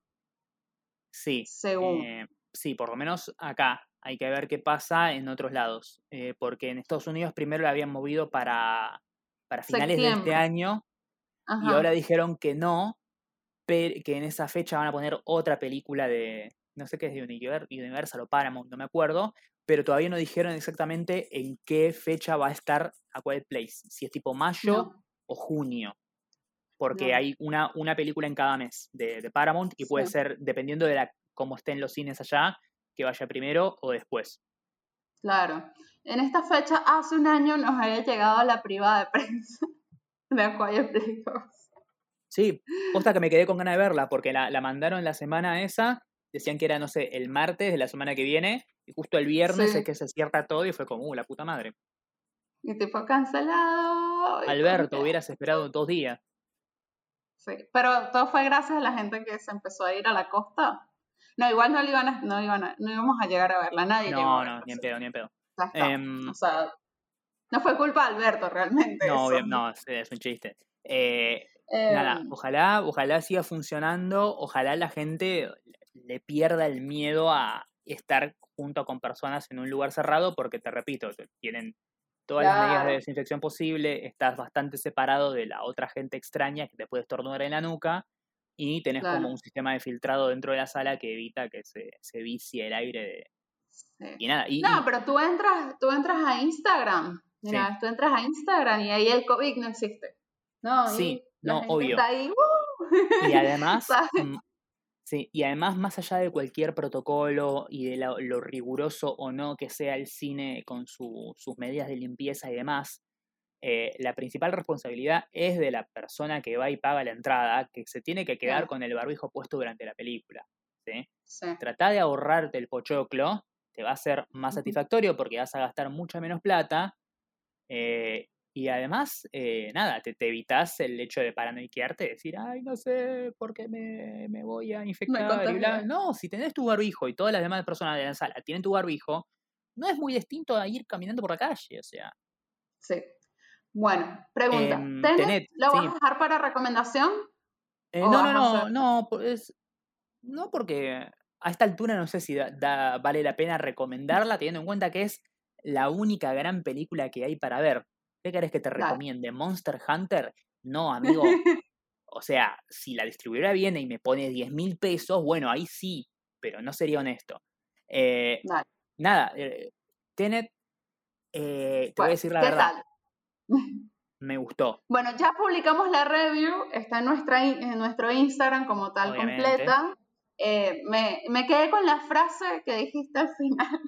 Sí,
según.
eh, sí, por lo menos acá. Hay que ver qué pasa en otros lados. Eh, porque en Estados Unidos primero la habían movido para, para finales de este
Septiembre.
año y ahora
Ajá.
dijeron que no, pero que en esa fecha van a poner otra película de, no sé qué es de Univer- Universal o Paramount, no me acuerdo, pero todavía no dijeron exactamente en qué fecha va a estar A Quiet Place, si es tipo mayo
No,
o junio, porque
no.
hay una, una película en cada mes de, de Paramount y puede
Sí,
ser, dependiendo de la, cómo estén los cines allá, que vaya primero o después.
claro. En esta fecha, hace un año nos había llegado la privada de prensa de A Quiet Place dos.
Sí, posta que me quedé con ganas de verla, porque la, la mandaron la semana esa, decían que era, no sé, el martes de la semana que viene, y justo el viernes es
Sí,
que se cierra todo y fue como, uh, la puta madre.
y tipo cancelado y todo.
Alberto, hubieras esperado dos días.
Sí, pero todo fue gracias a la gente que se empezó a ir a la costa. No, igual no, le iban a- no, iban a- no íbamos a llegar a verla, nadie llegó a
No, no,
verla.
ni en
Sí.
pedo, ni en pedo.
Ya está.
Em,
O sea, no fue culpa de Alberto realmente
no,
eso.
obvio- no, es, es un chiste. Eh, nada,
Em,
ojalá, ojalá siga funcionando, ojalá la gente le pierda el miedo a estar junto con personas en un lugar cerrado, porque te repito, te- tienen todas las medidas de
claro,
desinfección posible, estás bastante separado de la otra gente extraña que te puede estornudar en la nuca y tenés como
claro.
un sistema de filtrado dentro de la sala que evita que se, se vicie el aire de...
Sí.
Y nada,
No,
y, y
pero tú entras, tú entras a Instagram.
sí,
Mira, tú entras a Instagram y ahí el COVID no existe. No,
sí,
y la
no,
gente está
obvio.
ahí. ¡Uh!
Y además,
¿Sabes?
mm, sí, y además, más allá de cualquier protocolo y de lo, lo riguroso o no que sea el cine con su- sus medidas de limpieza y demás, eh, la principal responsabilidad es de la persona que va y paga la entrada, que se tiene que quedar
Claro,
con el barbijo puesto durante la película. ¿Sí?
sí.
Tratá de ahorrarte el pochoclo, te va a ser más
Ujú.
satisfactorio porque vas a gastar mucha menos plata. eh, y además, eh, nada, te, te evitas el hecho de paranoiquearte, decir, ay, no sé por qué me, me voy a
Me
infectar y bla.
contagié.
No, si tenés tu barbijo y todas las demás personas de la sala tienen tu barbijo, no es muy distinto a ir caminando por la calle, o sea.
Sí. Bueno, pregunta.
Em,
¿Tenet
Tenet,
lo vas a
sí.
dejar para recomendación
Eh,
o
no, no,
vas a
no,
hacer?
no, pues, no porque a esta altura no sé si da, da- vale la pena recomendarla, teniendo en cuenta que es la única gran película que hay para ver. ¿Qué querés que te
Dale.
recomiende? ¿Monster Hunter? No, amigo. O sea, si la distribuidora viene y me pone diez mil pesos, bueno, ahí sí, pero no sería honesto. Eh,
Dale.
nada, eh, Tenet, eh, te voy a
Bueno,
decir la
¿qué
verdad,
tal?
me gustó,
Bueno, ya publicamos la review, está en, nuestra, in- en nuestro Instagram como tal
obviamente.
completa. Eh, me, me quedé con la frase que dijiste al final,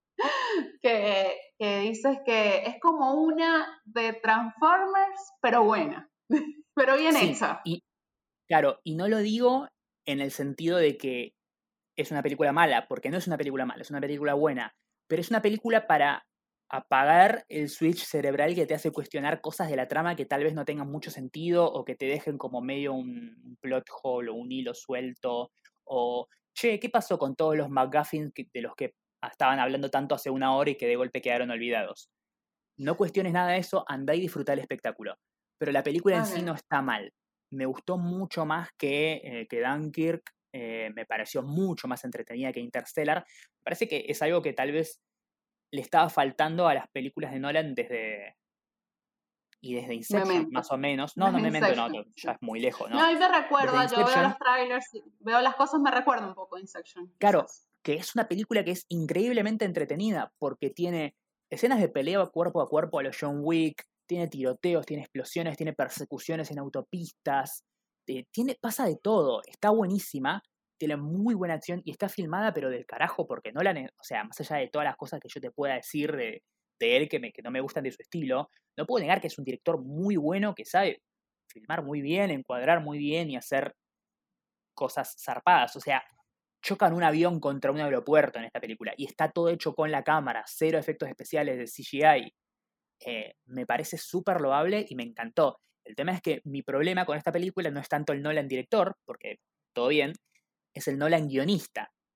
que, que dices que es como una de Transformers, pero buena, pero bien
Sí,
hecha.
y claro, y no lo digo en el sentido de que es una película mala, porque no es una película mala, es una película buena, pero es una película para apagar el switch cerebral que te hace cuestionar cosas de la trama que tal vez no tengan mucho sentido o que te dejen como medio un, un plot hole o un hilo suelto o, che, ¿qué pasó con todos los McGuffins que- de los que estaban hablando tanto hace una hora y que de golpe quedaron olvidados? No cuestiones nada de eso, andá y disfrutá el espectáculo. Pero la película en sí
Okay.
no está mal. Me gustó mucho más que, eh, que Dunkirk, eh, me pareció mucho más entretenida que Interstellar. Me parece que es algo que tal vez le estaba faltando a las películas de Nolan desde... Y desde Inception,
Memento.
más o menos. No, no,
Desde
Memento no,
Inception. Sí.
ya es muy lejos,
No,
¿no?
y me
Desde
recuerda, yo veo
Inception,
los trailers, veo las cosas, me recuerda un poco a Inception,
claro,
quizás.
que es una película que es increíblemente entretenida porque tiene escenas de pelea cuerpo a cuerpo a los John Wick, tiene tiroteos, tiene explosiones, tiene persecuciones en autopistas, eh, tiene, pasa de todo, está buenísima, tiene muy buena acción y está filmada pero del carajo porque Nolan, es- o sea, más allá de todas las cosas que yo te pueda decir de, de él que, me, que no me gustan de su estilo, no puedo negar que es un director muy bueno que sabe filmar muy bien, encuadrar muy bien y hacer cosas zarpadas, o sea, chocan un avión contra un aeropuerto en esta película y está todo hecho con la cámara, cero efectos especiales de C G I. Eh, me parece súper loable y me encantó. El tema es que mi problema con esta película no es tanto el Nolan director, porque todo bien, es el Nolan guionista.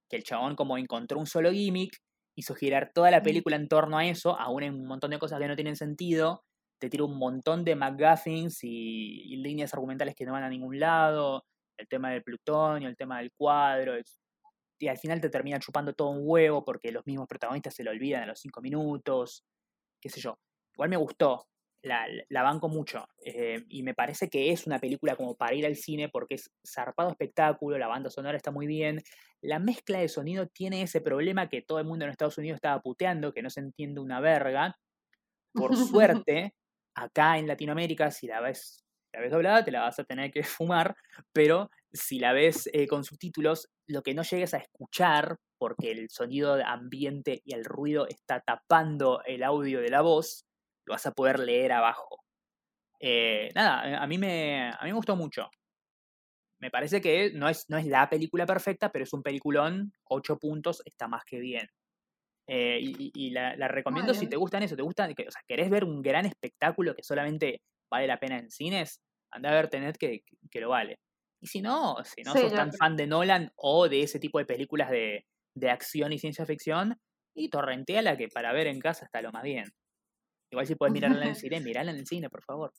que el chabón como encontró un solo gimmick, hizo girar toda la película en torno a eso, aún en un montón de cosas que no tienen sentido, te tira un montón de MacGuffins y, y líneas argumentales que no van a ningún lado, el tema del plutonio, el tema del cuadro, es, y al final te termina chupando todo un huevo porque los mismos protagonistas se lo olvidan a los cinco minutos, qué sé yo. Igual me gustó, la, la banco mucho, eh, y me parece que es una película como para ir al cine porque es zarpado espectáculo, la banda sonora está muy bien, la mezcla de sonido tiene ese problema que todo el mundo en Estados Unidos estaba puteando, que no se entiende una verga. Por suerte, acá en Latinoamérica, si la ves, la ves doblada, te la vas a tener que fumar, pero si la ves eh, con subtítulos, lo que no llegues a escuchar, porque el sonido de ambiente y el ruido está tapando el audio de la voz, lo vas a poder leer abajo. Eh, nada, a mí, me, a mí me gustó mucho. Me parece que no es, no es la película perfecta, pero es un peliculón, ocho puntos, está más que bien. Eh, y y la, la recomiendo si te gustan eso, te gustan, que, o sea, querés ver un gran espectáculo que solamente vale la pena en cines, anda a ver Tenet que, que lo vale. Y si no, si no
Sí,
sos
yo
tan
creo.
fan de Nolan o de ese tipo de películas de, de acción y ciencia ficción, y torrenteala que para ver en casa está lo más bien. Igual si puedes mirarla en el cine, mirala en el cine, por favor.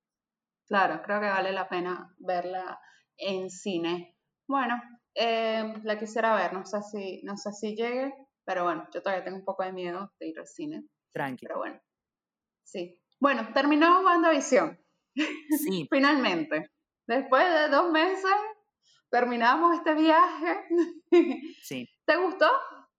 Claro, creo que vale la pena verla en cine. Bueno, eh, la quisiera ver, no sé si, no sé si llegue, pero bueno, yo todavía tengo un poco de miedo de ir al cine,
Tranqui.
pero bueno, sí. Bueno, terminó WandaVision,
Sí,
finalmente. Después de dos meses, terminamos este viaje.
sí.
¿Te gustó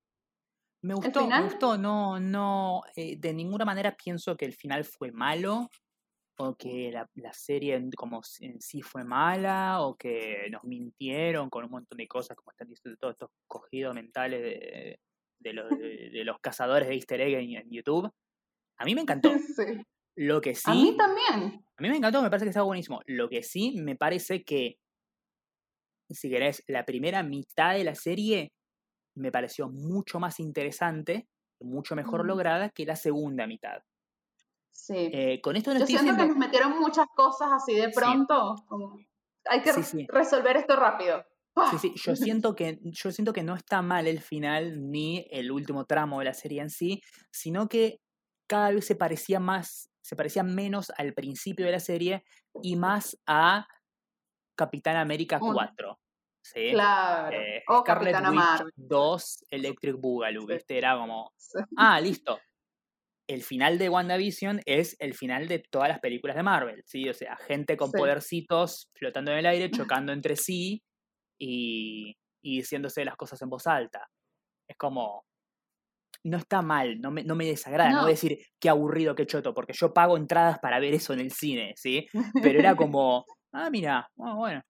Me
el
gustó, me
final?
gustó. No, no, eh, de ninguna manera pienso que el final fue malo, o que la, la serie en- como si- en sí fue mala, o que nos mintieron con un montón de cosas, como están diciendo todos estos cogidos mentales de, de los, de, de los cazadores de easter egg en, en YouTube. A mí me encantó.
Sí.
Lo que
A mí
sí,
también.
a mí me encantó, me parece que estaba buenísimo. Lo que sí, me parece que, si querés, la primera mitad de la serie me pareció mucho más interesante, mucho mejor
Mm,
lograda que la segunda mitad.
sí.
Eh, con esto no
Yo
estoy
siento que
diciendo,
nos metieron muchas cosas así de
sí,
pronto, como hay que
sí, sí.
resolver esto rápido.
Sí,
¡Pah!
sí, yo siento que, yo siento que no está mal el final ni el último tramo de la serie en sí, sino que cada vez se parecía más, se parecía menos al principio de la serie y más a Capitán América
Un,
cuatro, ¿sí?
claro.
Eh,
O
Scarlet
Capitana
Witch
Marvel.
dos Electric Boogaloo,
Sí,
¿viste? Era como,
sí,
ah, listo. El final de WandaVision es el final de todas las películas de Marvel, ¿sí? O sea, gente con
sí.
podercitos flotando en el aire, chocando entre sí y, y diciéndose las cosas en voz alta. Es como, no está mal, no me, no me desagrada, no voy a
No.
decir qué aburrido, qué choto, porque yo pago entradas para ver eso en el cine, ¿sí? Pero era como, ah, mira, oh, bueno.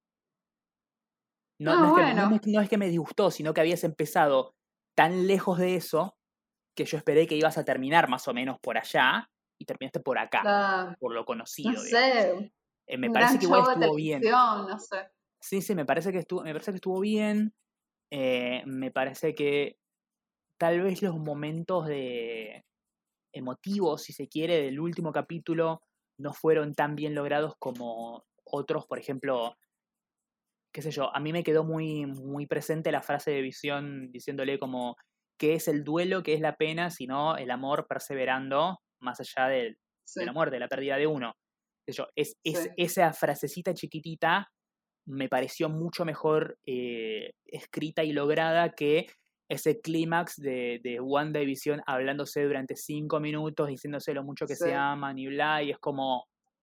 No, no,
No,
es que me, no, me-
bueno.
no es que me disgustó, sino que habías empezado tan lejos de eso que yo esperé que ibas a terminar más o menos por allá y terminaste por acá,
La,
por lo
no
conocido, digamos.
sé,
Eh, me
un
parece
gran
que igual
show de
estuvo bien.
televisión, no sé.
Sí, sí, me parece que estuvo, me parece que estuvo bien. Eh, me parece que tal vez los momentos de emotivos, si se quiere, del último capítulo no fueron tan bien logrados como otros, por ejemplo, qué sé yo, a mí me quedó muy, muy presente la frase de Visión diciéndole como qué es el duelo, qué es la pena, sino el amor perseverando más allá de,
Sí,
de la muerte, de la pérdida de uno. Qué sé yo, es,
sí,
es, esa frasecita chiquitita me pareció mucho mejor eh, escrita y lograda que ese clímax de, de WandaVision hablándose durante cinco minutos, diciéndose lo mucho que
sí.
se aman y bla, y es como,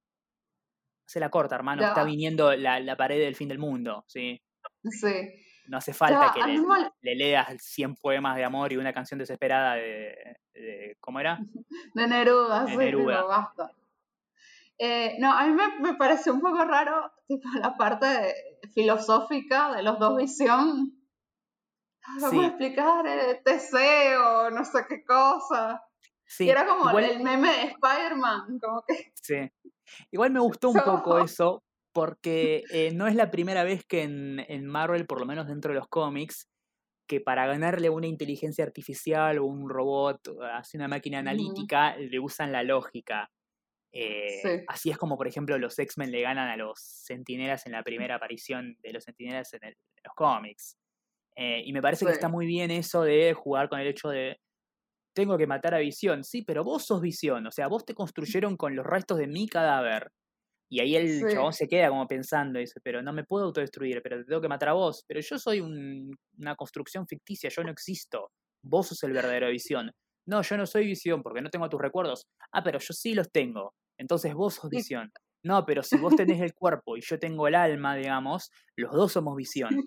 se la corta, hermano,
Ya
está
va,
viniendo la, la pared del fin del mundo, ¿sí?
sí.
No hace
Ya
falta
va,
que
a mí
le,
me mol-
le leas cien poemas de amor y una canción desesperada de, de ¿cómo era?
de Neruda,
De
sí,
Neruda.
tipo, basta. Eh, no, a mí me, me pareció un poco raro, tipo, la parte de- filosófica de los dos visión. Vamos a
Sí,
explicar eh, Teseo, no sé qué cosa. Y
sí,
era como
igual,
el meme de Spider-Man, como que...
sí. Igual me gustó un poco
como-
eso, porque eh, no es la primera vez que en, en Marvel, por lo menos dentro de los cómics, que para ganarle a una inteligencia artificial o un robot, así una máquina
Ujú,
analítica, le usan la lógica. Eh,
sí,
así es como, por ejemplo, los X-Men le ganan a los Centinelas en la primera aparición de los Centinelas en, el- en los cómics. Eh, y me parece
Sí.
que está muy bien eso de jugar con el hecho de tengo que matar a Visión. Sí, pero vos sos Visión, o sea, vos te construyeron con los restos de mi cadáver. Y ahí el
Sí.
chabón se queda como pensando, dice, pero no me puedo autodestruir, pero te tengo que matar a vos. Pero yo soy un- una construcción ficticia, yo no existo. Vos sos el verdadero Visión. No, yo no soy Visión porque no tengo tus recuerdos. Ah, pero yo sí los tengo. Entonces vos sos
Y-
Visión. No, pero si vos tenés el cuerpo y yo tengo el alma, digamos, los dos somos Visión.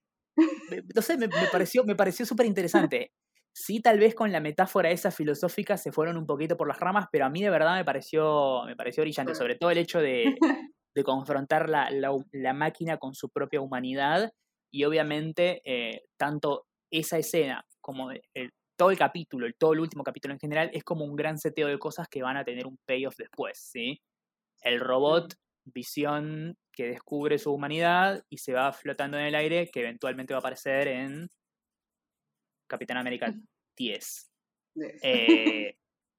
Me- No sé, me, me pareció, me pareció súper interesante. Sí, tal vez con la metáfora esa filosófica se fueron un poquito por las ramas, pero a mí de verdad me pareció, me pareció brillante,
Sí.
sobre todo el hecho de, de confrontar la, la, la máquina con su propia humanidad y obviamente eh, tanto esa escena como el, todo el capítulo, el, todo el último capítulo en general, es como un gran seteo de cosas que van a tener un payoff después, ¿sí? El robot, Visión, que descubre su humanidad y se va flotando en el aire, que eventualmente va a aparecer en Capitán América diez.
Yes.
Eh,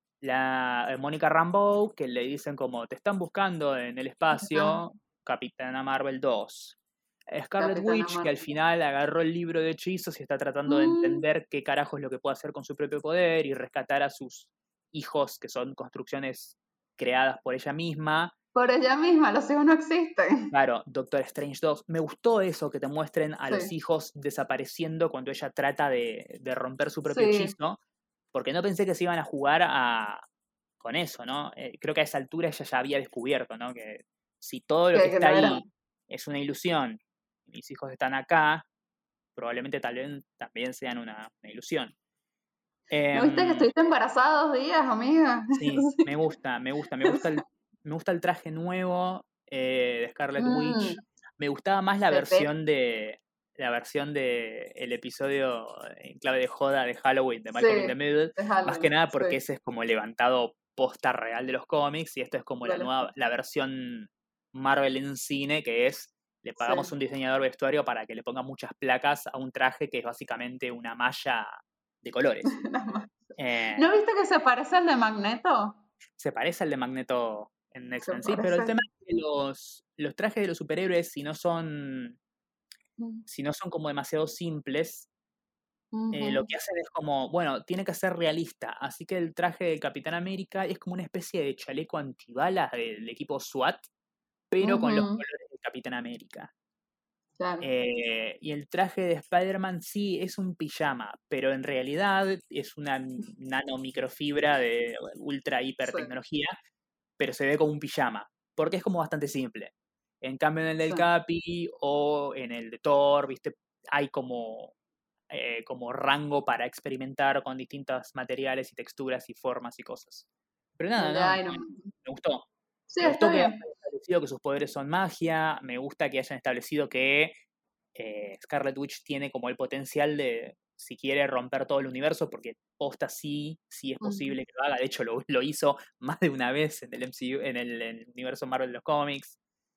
la eh, Mónica Rambeau, que le dicen como te están buscando en el
Ah,
espacio, Capitana Marvel dos. Scarlet
Capitana
Witch, que al
Marvel.
final agarró el libro de hechizos y está tratando de
Mm,
entender qué carajo es lo que puede hacer con su propio poder y rescatar a sus hijos, que son construcciones creadas por ella misma.
por ella misma, los hijos no existen.
Claro, Doctor Strange dos. Me gustó eso, que te muestren a los
Sí,
hijos desapareciendo cuando ella trata de, de romper su propio
sí,
hechizo, porque no pensé que se iban a jugar a, con eso, ¿no? Eh, creo que a esa altura ella ya había descubierto, ¿no? Que si todo lo que
que, que
está
no era.
ahí es una ilusión, y mis hijos están acá, probablemente tal vez también sean una, una ilusión.
¿No viste que
Em,
estuviste embarazada dos días, amiga?
sí, me gusta, me gusta, me gusta el, me gusta el traje nuevo eh, de Scarlet
Mm,
Witch. Me gustaba más la
de Pep,
versión de la versión de el episodio en clave de joda de Halloween de Malcolm in the
sí,
Middle,
de
más que
Halloween,
nada
sí,
porque ese es como levantado posta real de los cómics y esto es como la
de los
nueva la versión Marvel en cine que es le
sí.
pagamos un diseñador vestuario para que le ponga muchas placas a un traje que es básicamente una malla de colores. Eh,
¿No viste que se parece al de Magneto?
Se parece al de Magneto en
Se
X-Men, sí, pero el
parece.
tema es que los, los trajes de los superhéroes, si no son,
Mm,
si no son como demasiado simples, eh, lo
ujú,
que hacen es como, bueno, tiene que ser realista. Así que el traje de Capitán América es como una especie de chaleco antibalas del equipo SWAT, pero con los
ujú,
colores de Capitán América.
claro,
Eh, y el traje de Spider-Man sí es un pijama, pero en realidad es una nanomicrofibra de ultra hiper
sí,
tecnología, pero se ve como un pijama, porque es como bastante simple. En cambio en el del
sí.
Capi o en el de Thor, ¿viste? Hay como, eh, como rango para experimentar con distintos materiales y texturas y formas y cosas. Pero nada,
El de
no,
Iron
me,
Man.
me gustó.
Sí,
Me
está
gustó que hayan
bien.
establecido que sus poderes son magia, me gusta que hayan establecido que eh, Scarlet Witch tiene como el potencial de, si quiere, romper todo el universo, porque posta sí, sí es
Ujú,
posible que lo haga. De hecho, lo, lo hizo más de una vez en el M C U, en el, en el universo Marvel de los cómics.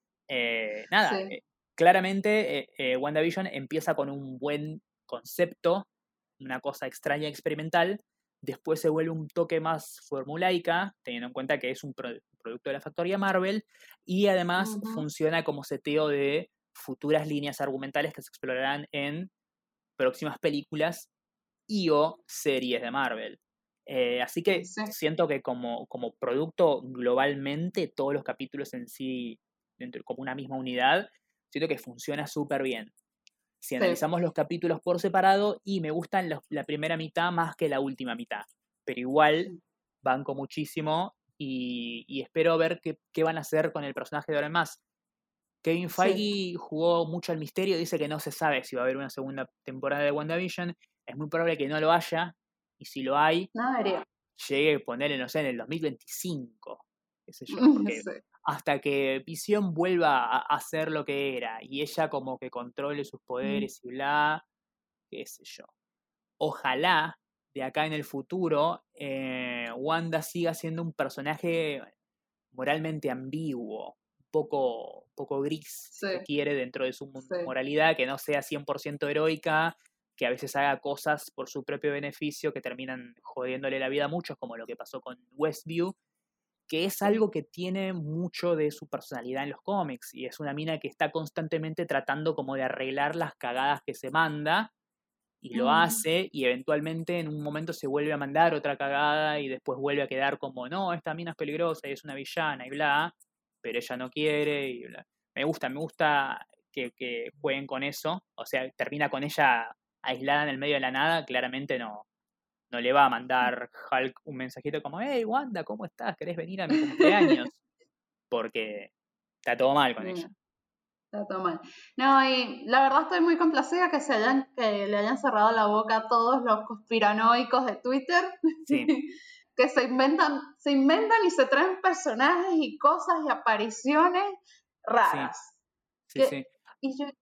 Eh, nada,
sí.
eh, claramente eh, eh, WandaVision empieza con un buen concepto, una cosa extraña experimental. Después se vuelve un toque más formulaica, teniendo en cuenta que es un pro- producto de la factoría Marvel, y además
Ujú,
funciona como seteo de futuras líneas argumentales que se explorarán en próximas películas y o series de Marvel. Eh, así
y
que
sí,
siento que como, como producto globalmente, todos los capítulos en sí, dentro, como una misma unidad, siento que funciona súper bien. Si
sí.
analizamos los capítulos por separado, y me gustan los- la primera mitad más que la última mitad, pero igual
Sí.
banco muchísimo y, y espero ver qué, qué van a hacer con el personaje de ahora en más. Kevin
Sí.
Feige jugó mucho al misterio, dice que no se sabe si va a haber una segunda temporada de WandaVision, es muy probable que no lo haya, y si lo hay,
No debería.
llegue a ponerle, no sé, en el dos mil veinticinco, qué sé yo, porque
Sí.
hasta que Visión vuelva a, a ser lo que era, y ella como que controle sus
Mm,
poderes y bla, qué sé yo. Ojalá de acá en el futuro eh, Wanda siga siendo un personaje moralmente ambiguo, un poco, poco gris, si
sí,
se quiere, dentro de su
sí.
moralidad, que no sea cien por ciento heroica, que a veces haga cosas por su propio beneficio que terminan jodiéndole la vida a muchos, como lo que pasó con Westview, que es
Sí.
algo que tiene mucho de su personalidad en los cómics, y es una mina que está constantemente tratando como de arreglar las cagadas que se manda, y lo
Mm.
hace, y eventualmente en un momento se vuelve a mandar otra cagada y después vuelve a quedar como, no, esta mina es peligrosa y es una villana y bla, pero ella no quiere y bla. Me gusta, me gusta que, que jueguen con eso, o sea, termina con ella aislada en el medio de la nada, claramente no, no le va a mandar Hulk un mensajito como, hey Wanda, ¿cómo estás? ¿Querés venir a mi cumpleaños? Porque está todo mal con
Yeah,
ella.
está todo mal. No, y la verdad estoy muy complacida que se hayan, que le hayan cerrado la boca a todos los conspiranoicos de Twitter.
Sí.
Que se inventan, se inventan y se traen personajes y cosas y apariciones raras.
Sí,
Que,
sí.
y yo,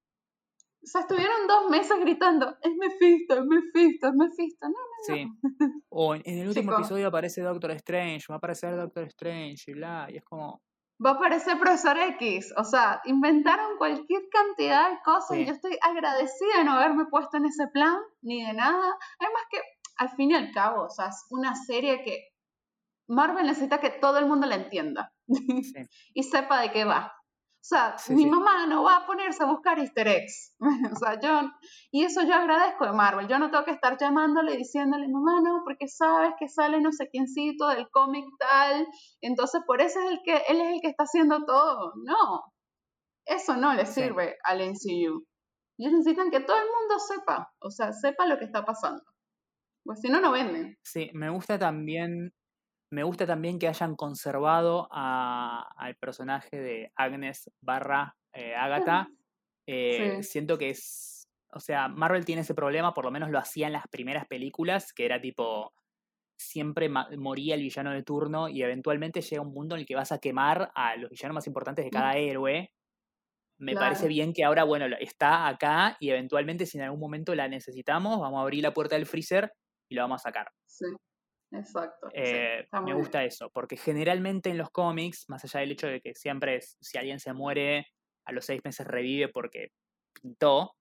o sea, estuvieron dos meses gritando, es Mephisto, es Mephisto, es Mephisto. No, no,
Sí.
no.
O en, en el último
Chicos,
episodio aparece Doctor Strange, va a aparecer Doctor Strange y bla, y es como,
va a aparecer Profesor X. O sea, inventaron cualquier cantidad de cosas y
sí,
yo estoy agradecida de no haberme puesto en ese plan, ni de nada. Además que, al fin y al cabo, o sea, es una serie que Marvel necesita que todo el mundo la entienda
sí,
y sepa de qué va. O sea,
sí,
mi
sí,
mamá no va a ponerse a buscar easter eggs. O sea, yo, y eso yo agradezco de Marvel. Yo no tengo que estar llamándole y diciéndole, mamá, no, porque sabes que sale no sé quiéncito del cómic tal. Entonces, por eso es el que, él es el que está haciendo todo. No, eso no le
sí,
sirve al M C U. Ellos necesitan que todo el mundo sepa, o sea, sepa lo que está pasando. Pues si no, no venden.
sí. Me gusta también, me gusta también que hayan conservado a- al personaje de Agnes barra eh, Agatha. Eh,
Sí.
siento que es, o sea, Marvel tiene ese problema, por lo menos lo hacía en las primeras películas, que era tipo, siempre ma- moría el villano de turno y eventualmente llega un mundo en el que vas a quemar a los villanos más importantes de cada héroe. Me parece
Claro.
bien que ahora, bueno, lo- está acá y eventualmente si en algún momento la necesitamos, vamos a abrir la puerta del freezer y lo vamos a sacar.
Sí, exacto. Sí,
Eh,
está
me
muy bien.
gusta eso, porque generalmente en los cómics, más allá del hecho de que siempre es, si alguien se muere, a los seis meses revive porque pintó,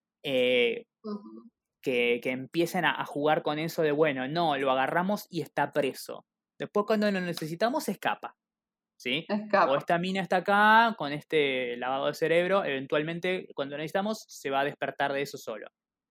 eh,
Ujú.
que, que empiecen a, a jugar con eso de, bueno, no, lo agarramos y está preso. Después cuando lo necesitamos, se escapa. ¿Sí? O
Escapa.
esta mina está acá con este lavado de cerebro, eventualmente cuando lo necesitamos se va a despertar de eso solo.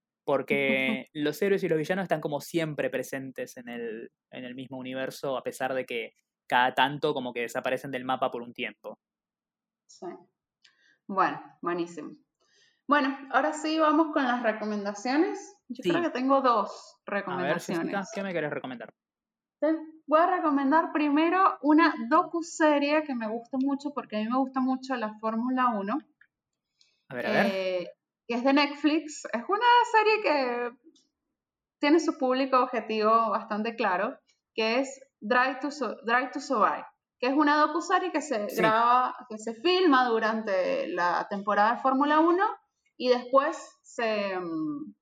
Porque los héroes y los villanos están como siempre presentes en el, en el mismo universo, a pesar de que cada tanto como que desaparecen del mapa por un tiempo.
Sí. Bueno, buenísimo. Bueno, ahora sí vamos con las recomendaciones. Yo creo
Sí,
que tengo dos
a ver, Jessica,
recomendaciones.
¿qué me querés recomendar?
Te voy a recomendar primero una docuserie que me gusta mucho porque a mí me gusta mucho la Fórmula uno,
A ver, a ver.
eh, que es de Netflix. Es una serie que tiene su público objetivo bastante claro, que es Drive to, Su- Drive to Survive, que es una docuserie que se
Sí,
graba, que se filma durante la temporada de Fórmula uno y después se, mm,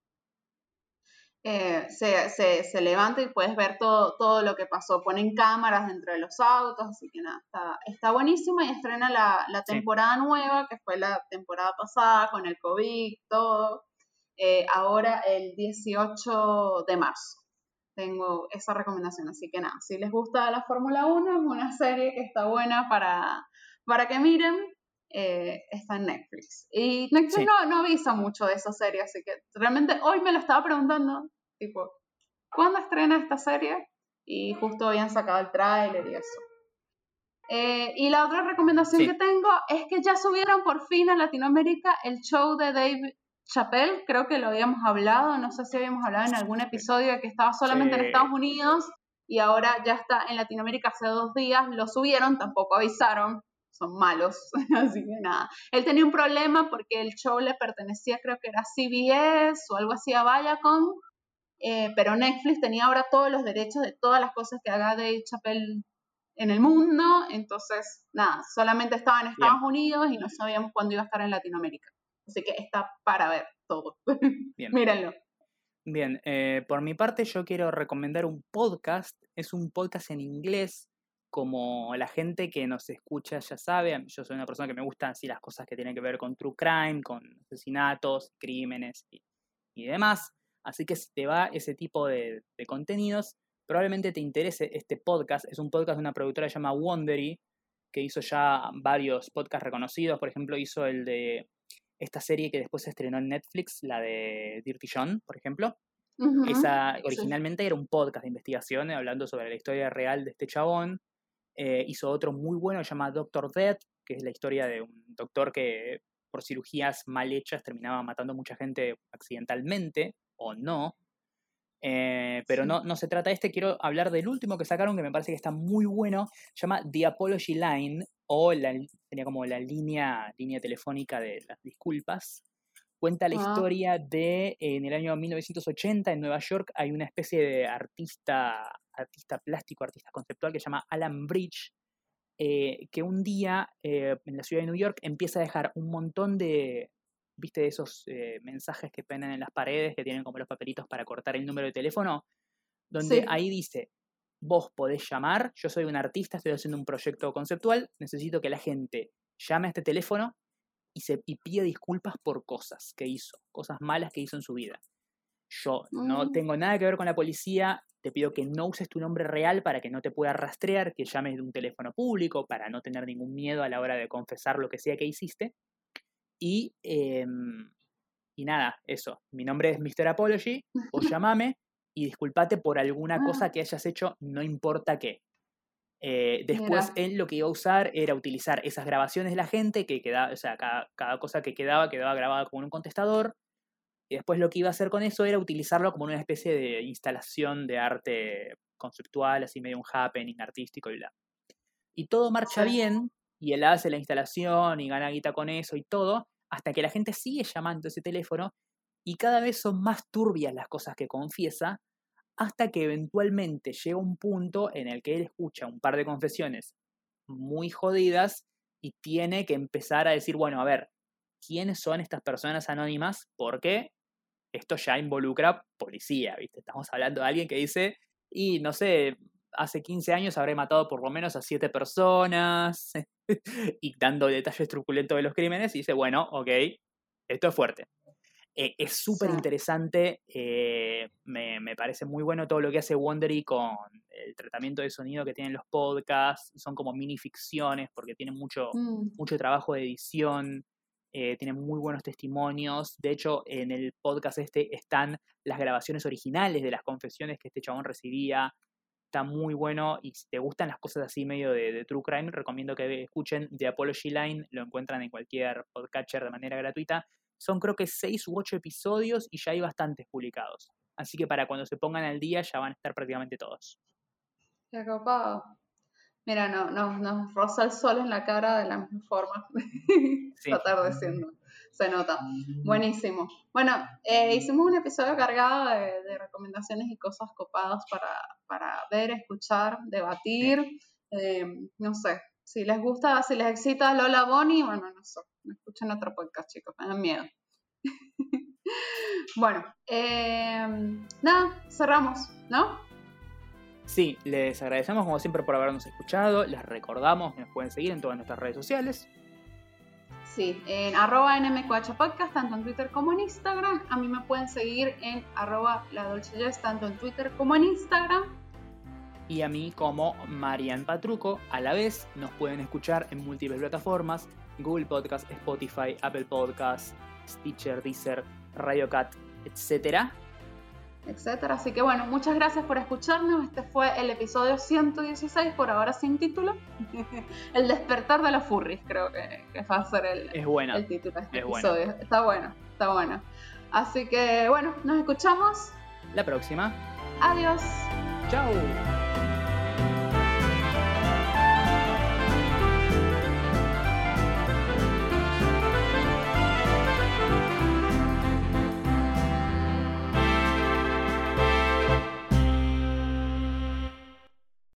eh, se, se, se levanta y puedes ver todo, todo lo que pasó. Ponen cámaras dentro de los autos, así que nada, está, está buenísima y estrena la, la
sí,
temporada nueva, que fue la temporada pasada con el COVID, todo, eh, ahora el dieciocho de marzo. Tengo esa recomendación, así que nada, si les gusta la Fórmula uno, es una serie que está buena para, para que miren, eh, está en Netflix. Y Netflix
sí,
no, no avisa mucho de esa serie, así que realmente hoy me lo estaba preguntando, tipo, ¿cuándo estrena esta serie? Y justo habían sacado el tráiler y eso. Eh, y la otra recomendación que
sí,
tengo es que ya subieron por fin a Latinoamérica el show de Dave Chappelle, creo que lo habíamos hablado, no sé si habíamos hablado en algún episodio de que estaba solamente en
sí,
Estados Unidos y ahora ya está en Latinoamérica hace dos días, lo subieron, tampoco avisaron, son malos, así que nada. Él tenía un problema porque el show le pertenecía, creo que era C B S o algo así a Viacom, eh, pero Netflix tenía ahora todos los derechos de todas las cosas que haga Dave Chappelle en el mundo, entonces, nada, solamente estaba en
bien,
Estados Unidos y no sabíamos cuándo iba a estar en Latinoamérica. Así que está para ver todo.
bien.
Mírenlo.
Bien, eh, por mi parte yo quiero recomendar un podcast. Es un podcast en inglés, como la gente que nos escucha ya sabe. Yo soy una persona que me gustan así las cosas que tienen que ver con true crime, con asesinatos, crímenes y, y demás. Así que si te va ese tipo de, de contenidos, probablemente te interese este podcast. Es un podcast de una productora que se llama Wondery, que hizo ya varios podcasts reconocidos. Por ejemplo, hizo el de esta serie que después se estrenó en Netflix, la de Dirty John, por ejemplo.
Ujú,
Esa
sí.
originalmente era un podcast de investigación hablando sobre la historia real de este chabón. Eh, hizo otro muy bueno que se llama Doctor Death, que es la historia de un doctor que por cirugías mal hechas terminaba matando a mucha gente accidentalmente, o no. Eh, pero
Sí.
no, no se trata de este, quiero hablar del último que sacaron que me parece que está muy bueno, se llama The Apology Line, o la, sería como la línea, línea telefónica de las disculpas. Cuenta la
Ah,
historia de, en el año mil novecientos ochenta, en Nueva York, hay una especie de artista, artista plástico, artista conceptual que se llama Alan Bridge, eh, que un día eh, en la ciudad de New York empieza a dejar un montón de, viste, de esos eh, mensajes que pegan en las paredes, que tienen como los papelitos para cortar el número de teléfono, donde
sí.
ahí dice, vos podés llamar, yo soy un artista, estoy haciendo un proyecto conceptual, necesito que la gente llame a este teléfono y, se, y pide disculpas por cosas que hizo, cosas malas que hizo en su vida. Yo no
Mm,
tengo nada que ver con la policía, te pido que no uses tu nombre real para que no te pueda rastrear, que llames de un teléfono público para no tener ningún miedo a la hora de confesar lo que sea que hiciste. Y, eh, y nada, eso. Mi nombre es mister Apology, vos llamame y disculpate por alguna
ah,
cosa que hayas hecho, no importa qué. Eh, después
mira.
él lo que iba a usar era utilizar esas grabaciones de la gente, que quedaba, o sea, cada, cada cosa que quedaba quedaba grabada como en un contestador. Y después lo que iba a hacer con eso era utilizarlo como una especie de instalación de arte conceptual, así medio un happening artístico y bla. Y todo marcha
Sí.
bien, y él hace la instalación y gana guita con eso y todo, hasta que la gente sigue llamando a ese teléfono y cada vez son más turbias las cosas que confiesa, hasta que eventualmente llega un punto en el que él escucha un par de confesiones muy jodidas y tiene que empezar a decir, bueno, a ver, ¿quiénes son estas personas anónimas? Porque esto ya involucra policía, ¿viste? Estamos hablando de alguien que dice, y no sé, hace quince años habré matado por lo menos a siete personas, y dando detalles truculentos de los crímenes, y dice, bueno, ok, esto es fuerte. Eh, es súper
Sí.
interesante, eh, me, me parece muy bueno todo lo que hace Wondery con el tratamiento de sonido que tienen los podcasts, son como mini ficciones porque tienen mucho,
Mm,
mucho trabajo de edición, eh, tienen muy buenos testimonios, de hecho en el podcast este están las grabaciones originales de las confesiones que este chabón recibía, está muy bueno y si te gustan las cosas así medio de, de true crime, recomiendo que escuchen The Apology Line, lo encuentran en cualquier podcatcher de manera gratuita. Son creo que seis u ocho episodios y ya hay bastantes publicados. Así que para cuando se pongan al día ya van a estar prácticamente todos.
qué copado. Mira, no, no, nos roza el sol en la cara de la misma forma.
Sí.
Está atardeciendo. Se nota. Buenísimo. Bueno, eh, hicimos un episodio cargado de, de recomendaciones y cosas copadas para, para ver, escuchar, debatir. Eh, no sé, si les gusta, si les excita Lola Bonnie, bueno, no sé, me escuchen otro podcast, chicos, tengan miedo. Bueno, eh, nada, cerramos, ¿no?
Sí, les agradecemos como siempre por habernos escuchado. Les recordamos que nos pueden seguir en todas nuestras redes sociales.
Sí, en arroba N M Q H Podcast, tanto en Twitter como en Instagram. A mí me pueden seguir en arroba La Dolce Jess, tanto en Twitter como en Instagram.
Y a mí como Marian Patruco. A la vez nos pueden escuchar en múltiples plataformas: Google Podcast, Spotify, Apple Podcast, Stitcher, Deezer, Radio Cat, etcétera.
etcétera. Así que bueno, muchas gracias por escucharnos. Este fue el episodio ciento dieciséis, por ahora sin título. El despertar de los furries, creo que, que va a ser el,
es buena,
el título de este
es
episodio.
buena.
Está bueno, está bueno. Así que bueno, nos escuchamos.
La próxima.
Adiós.
Chao.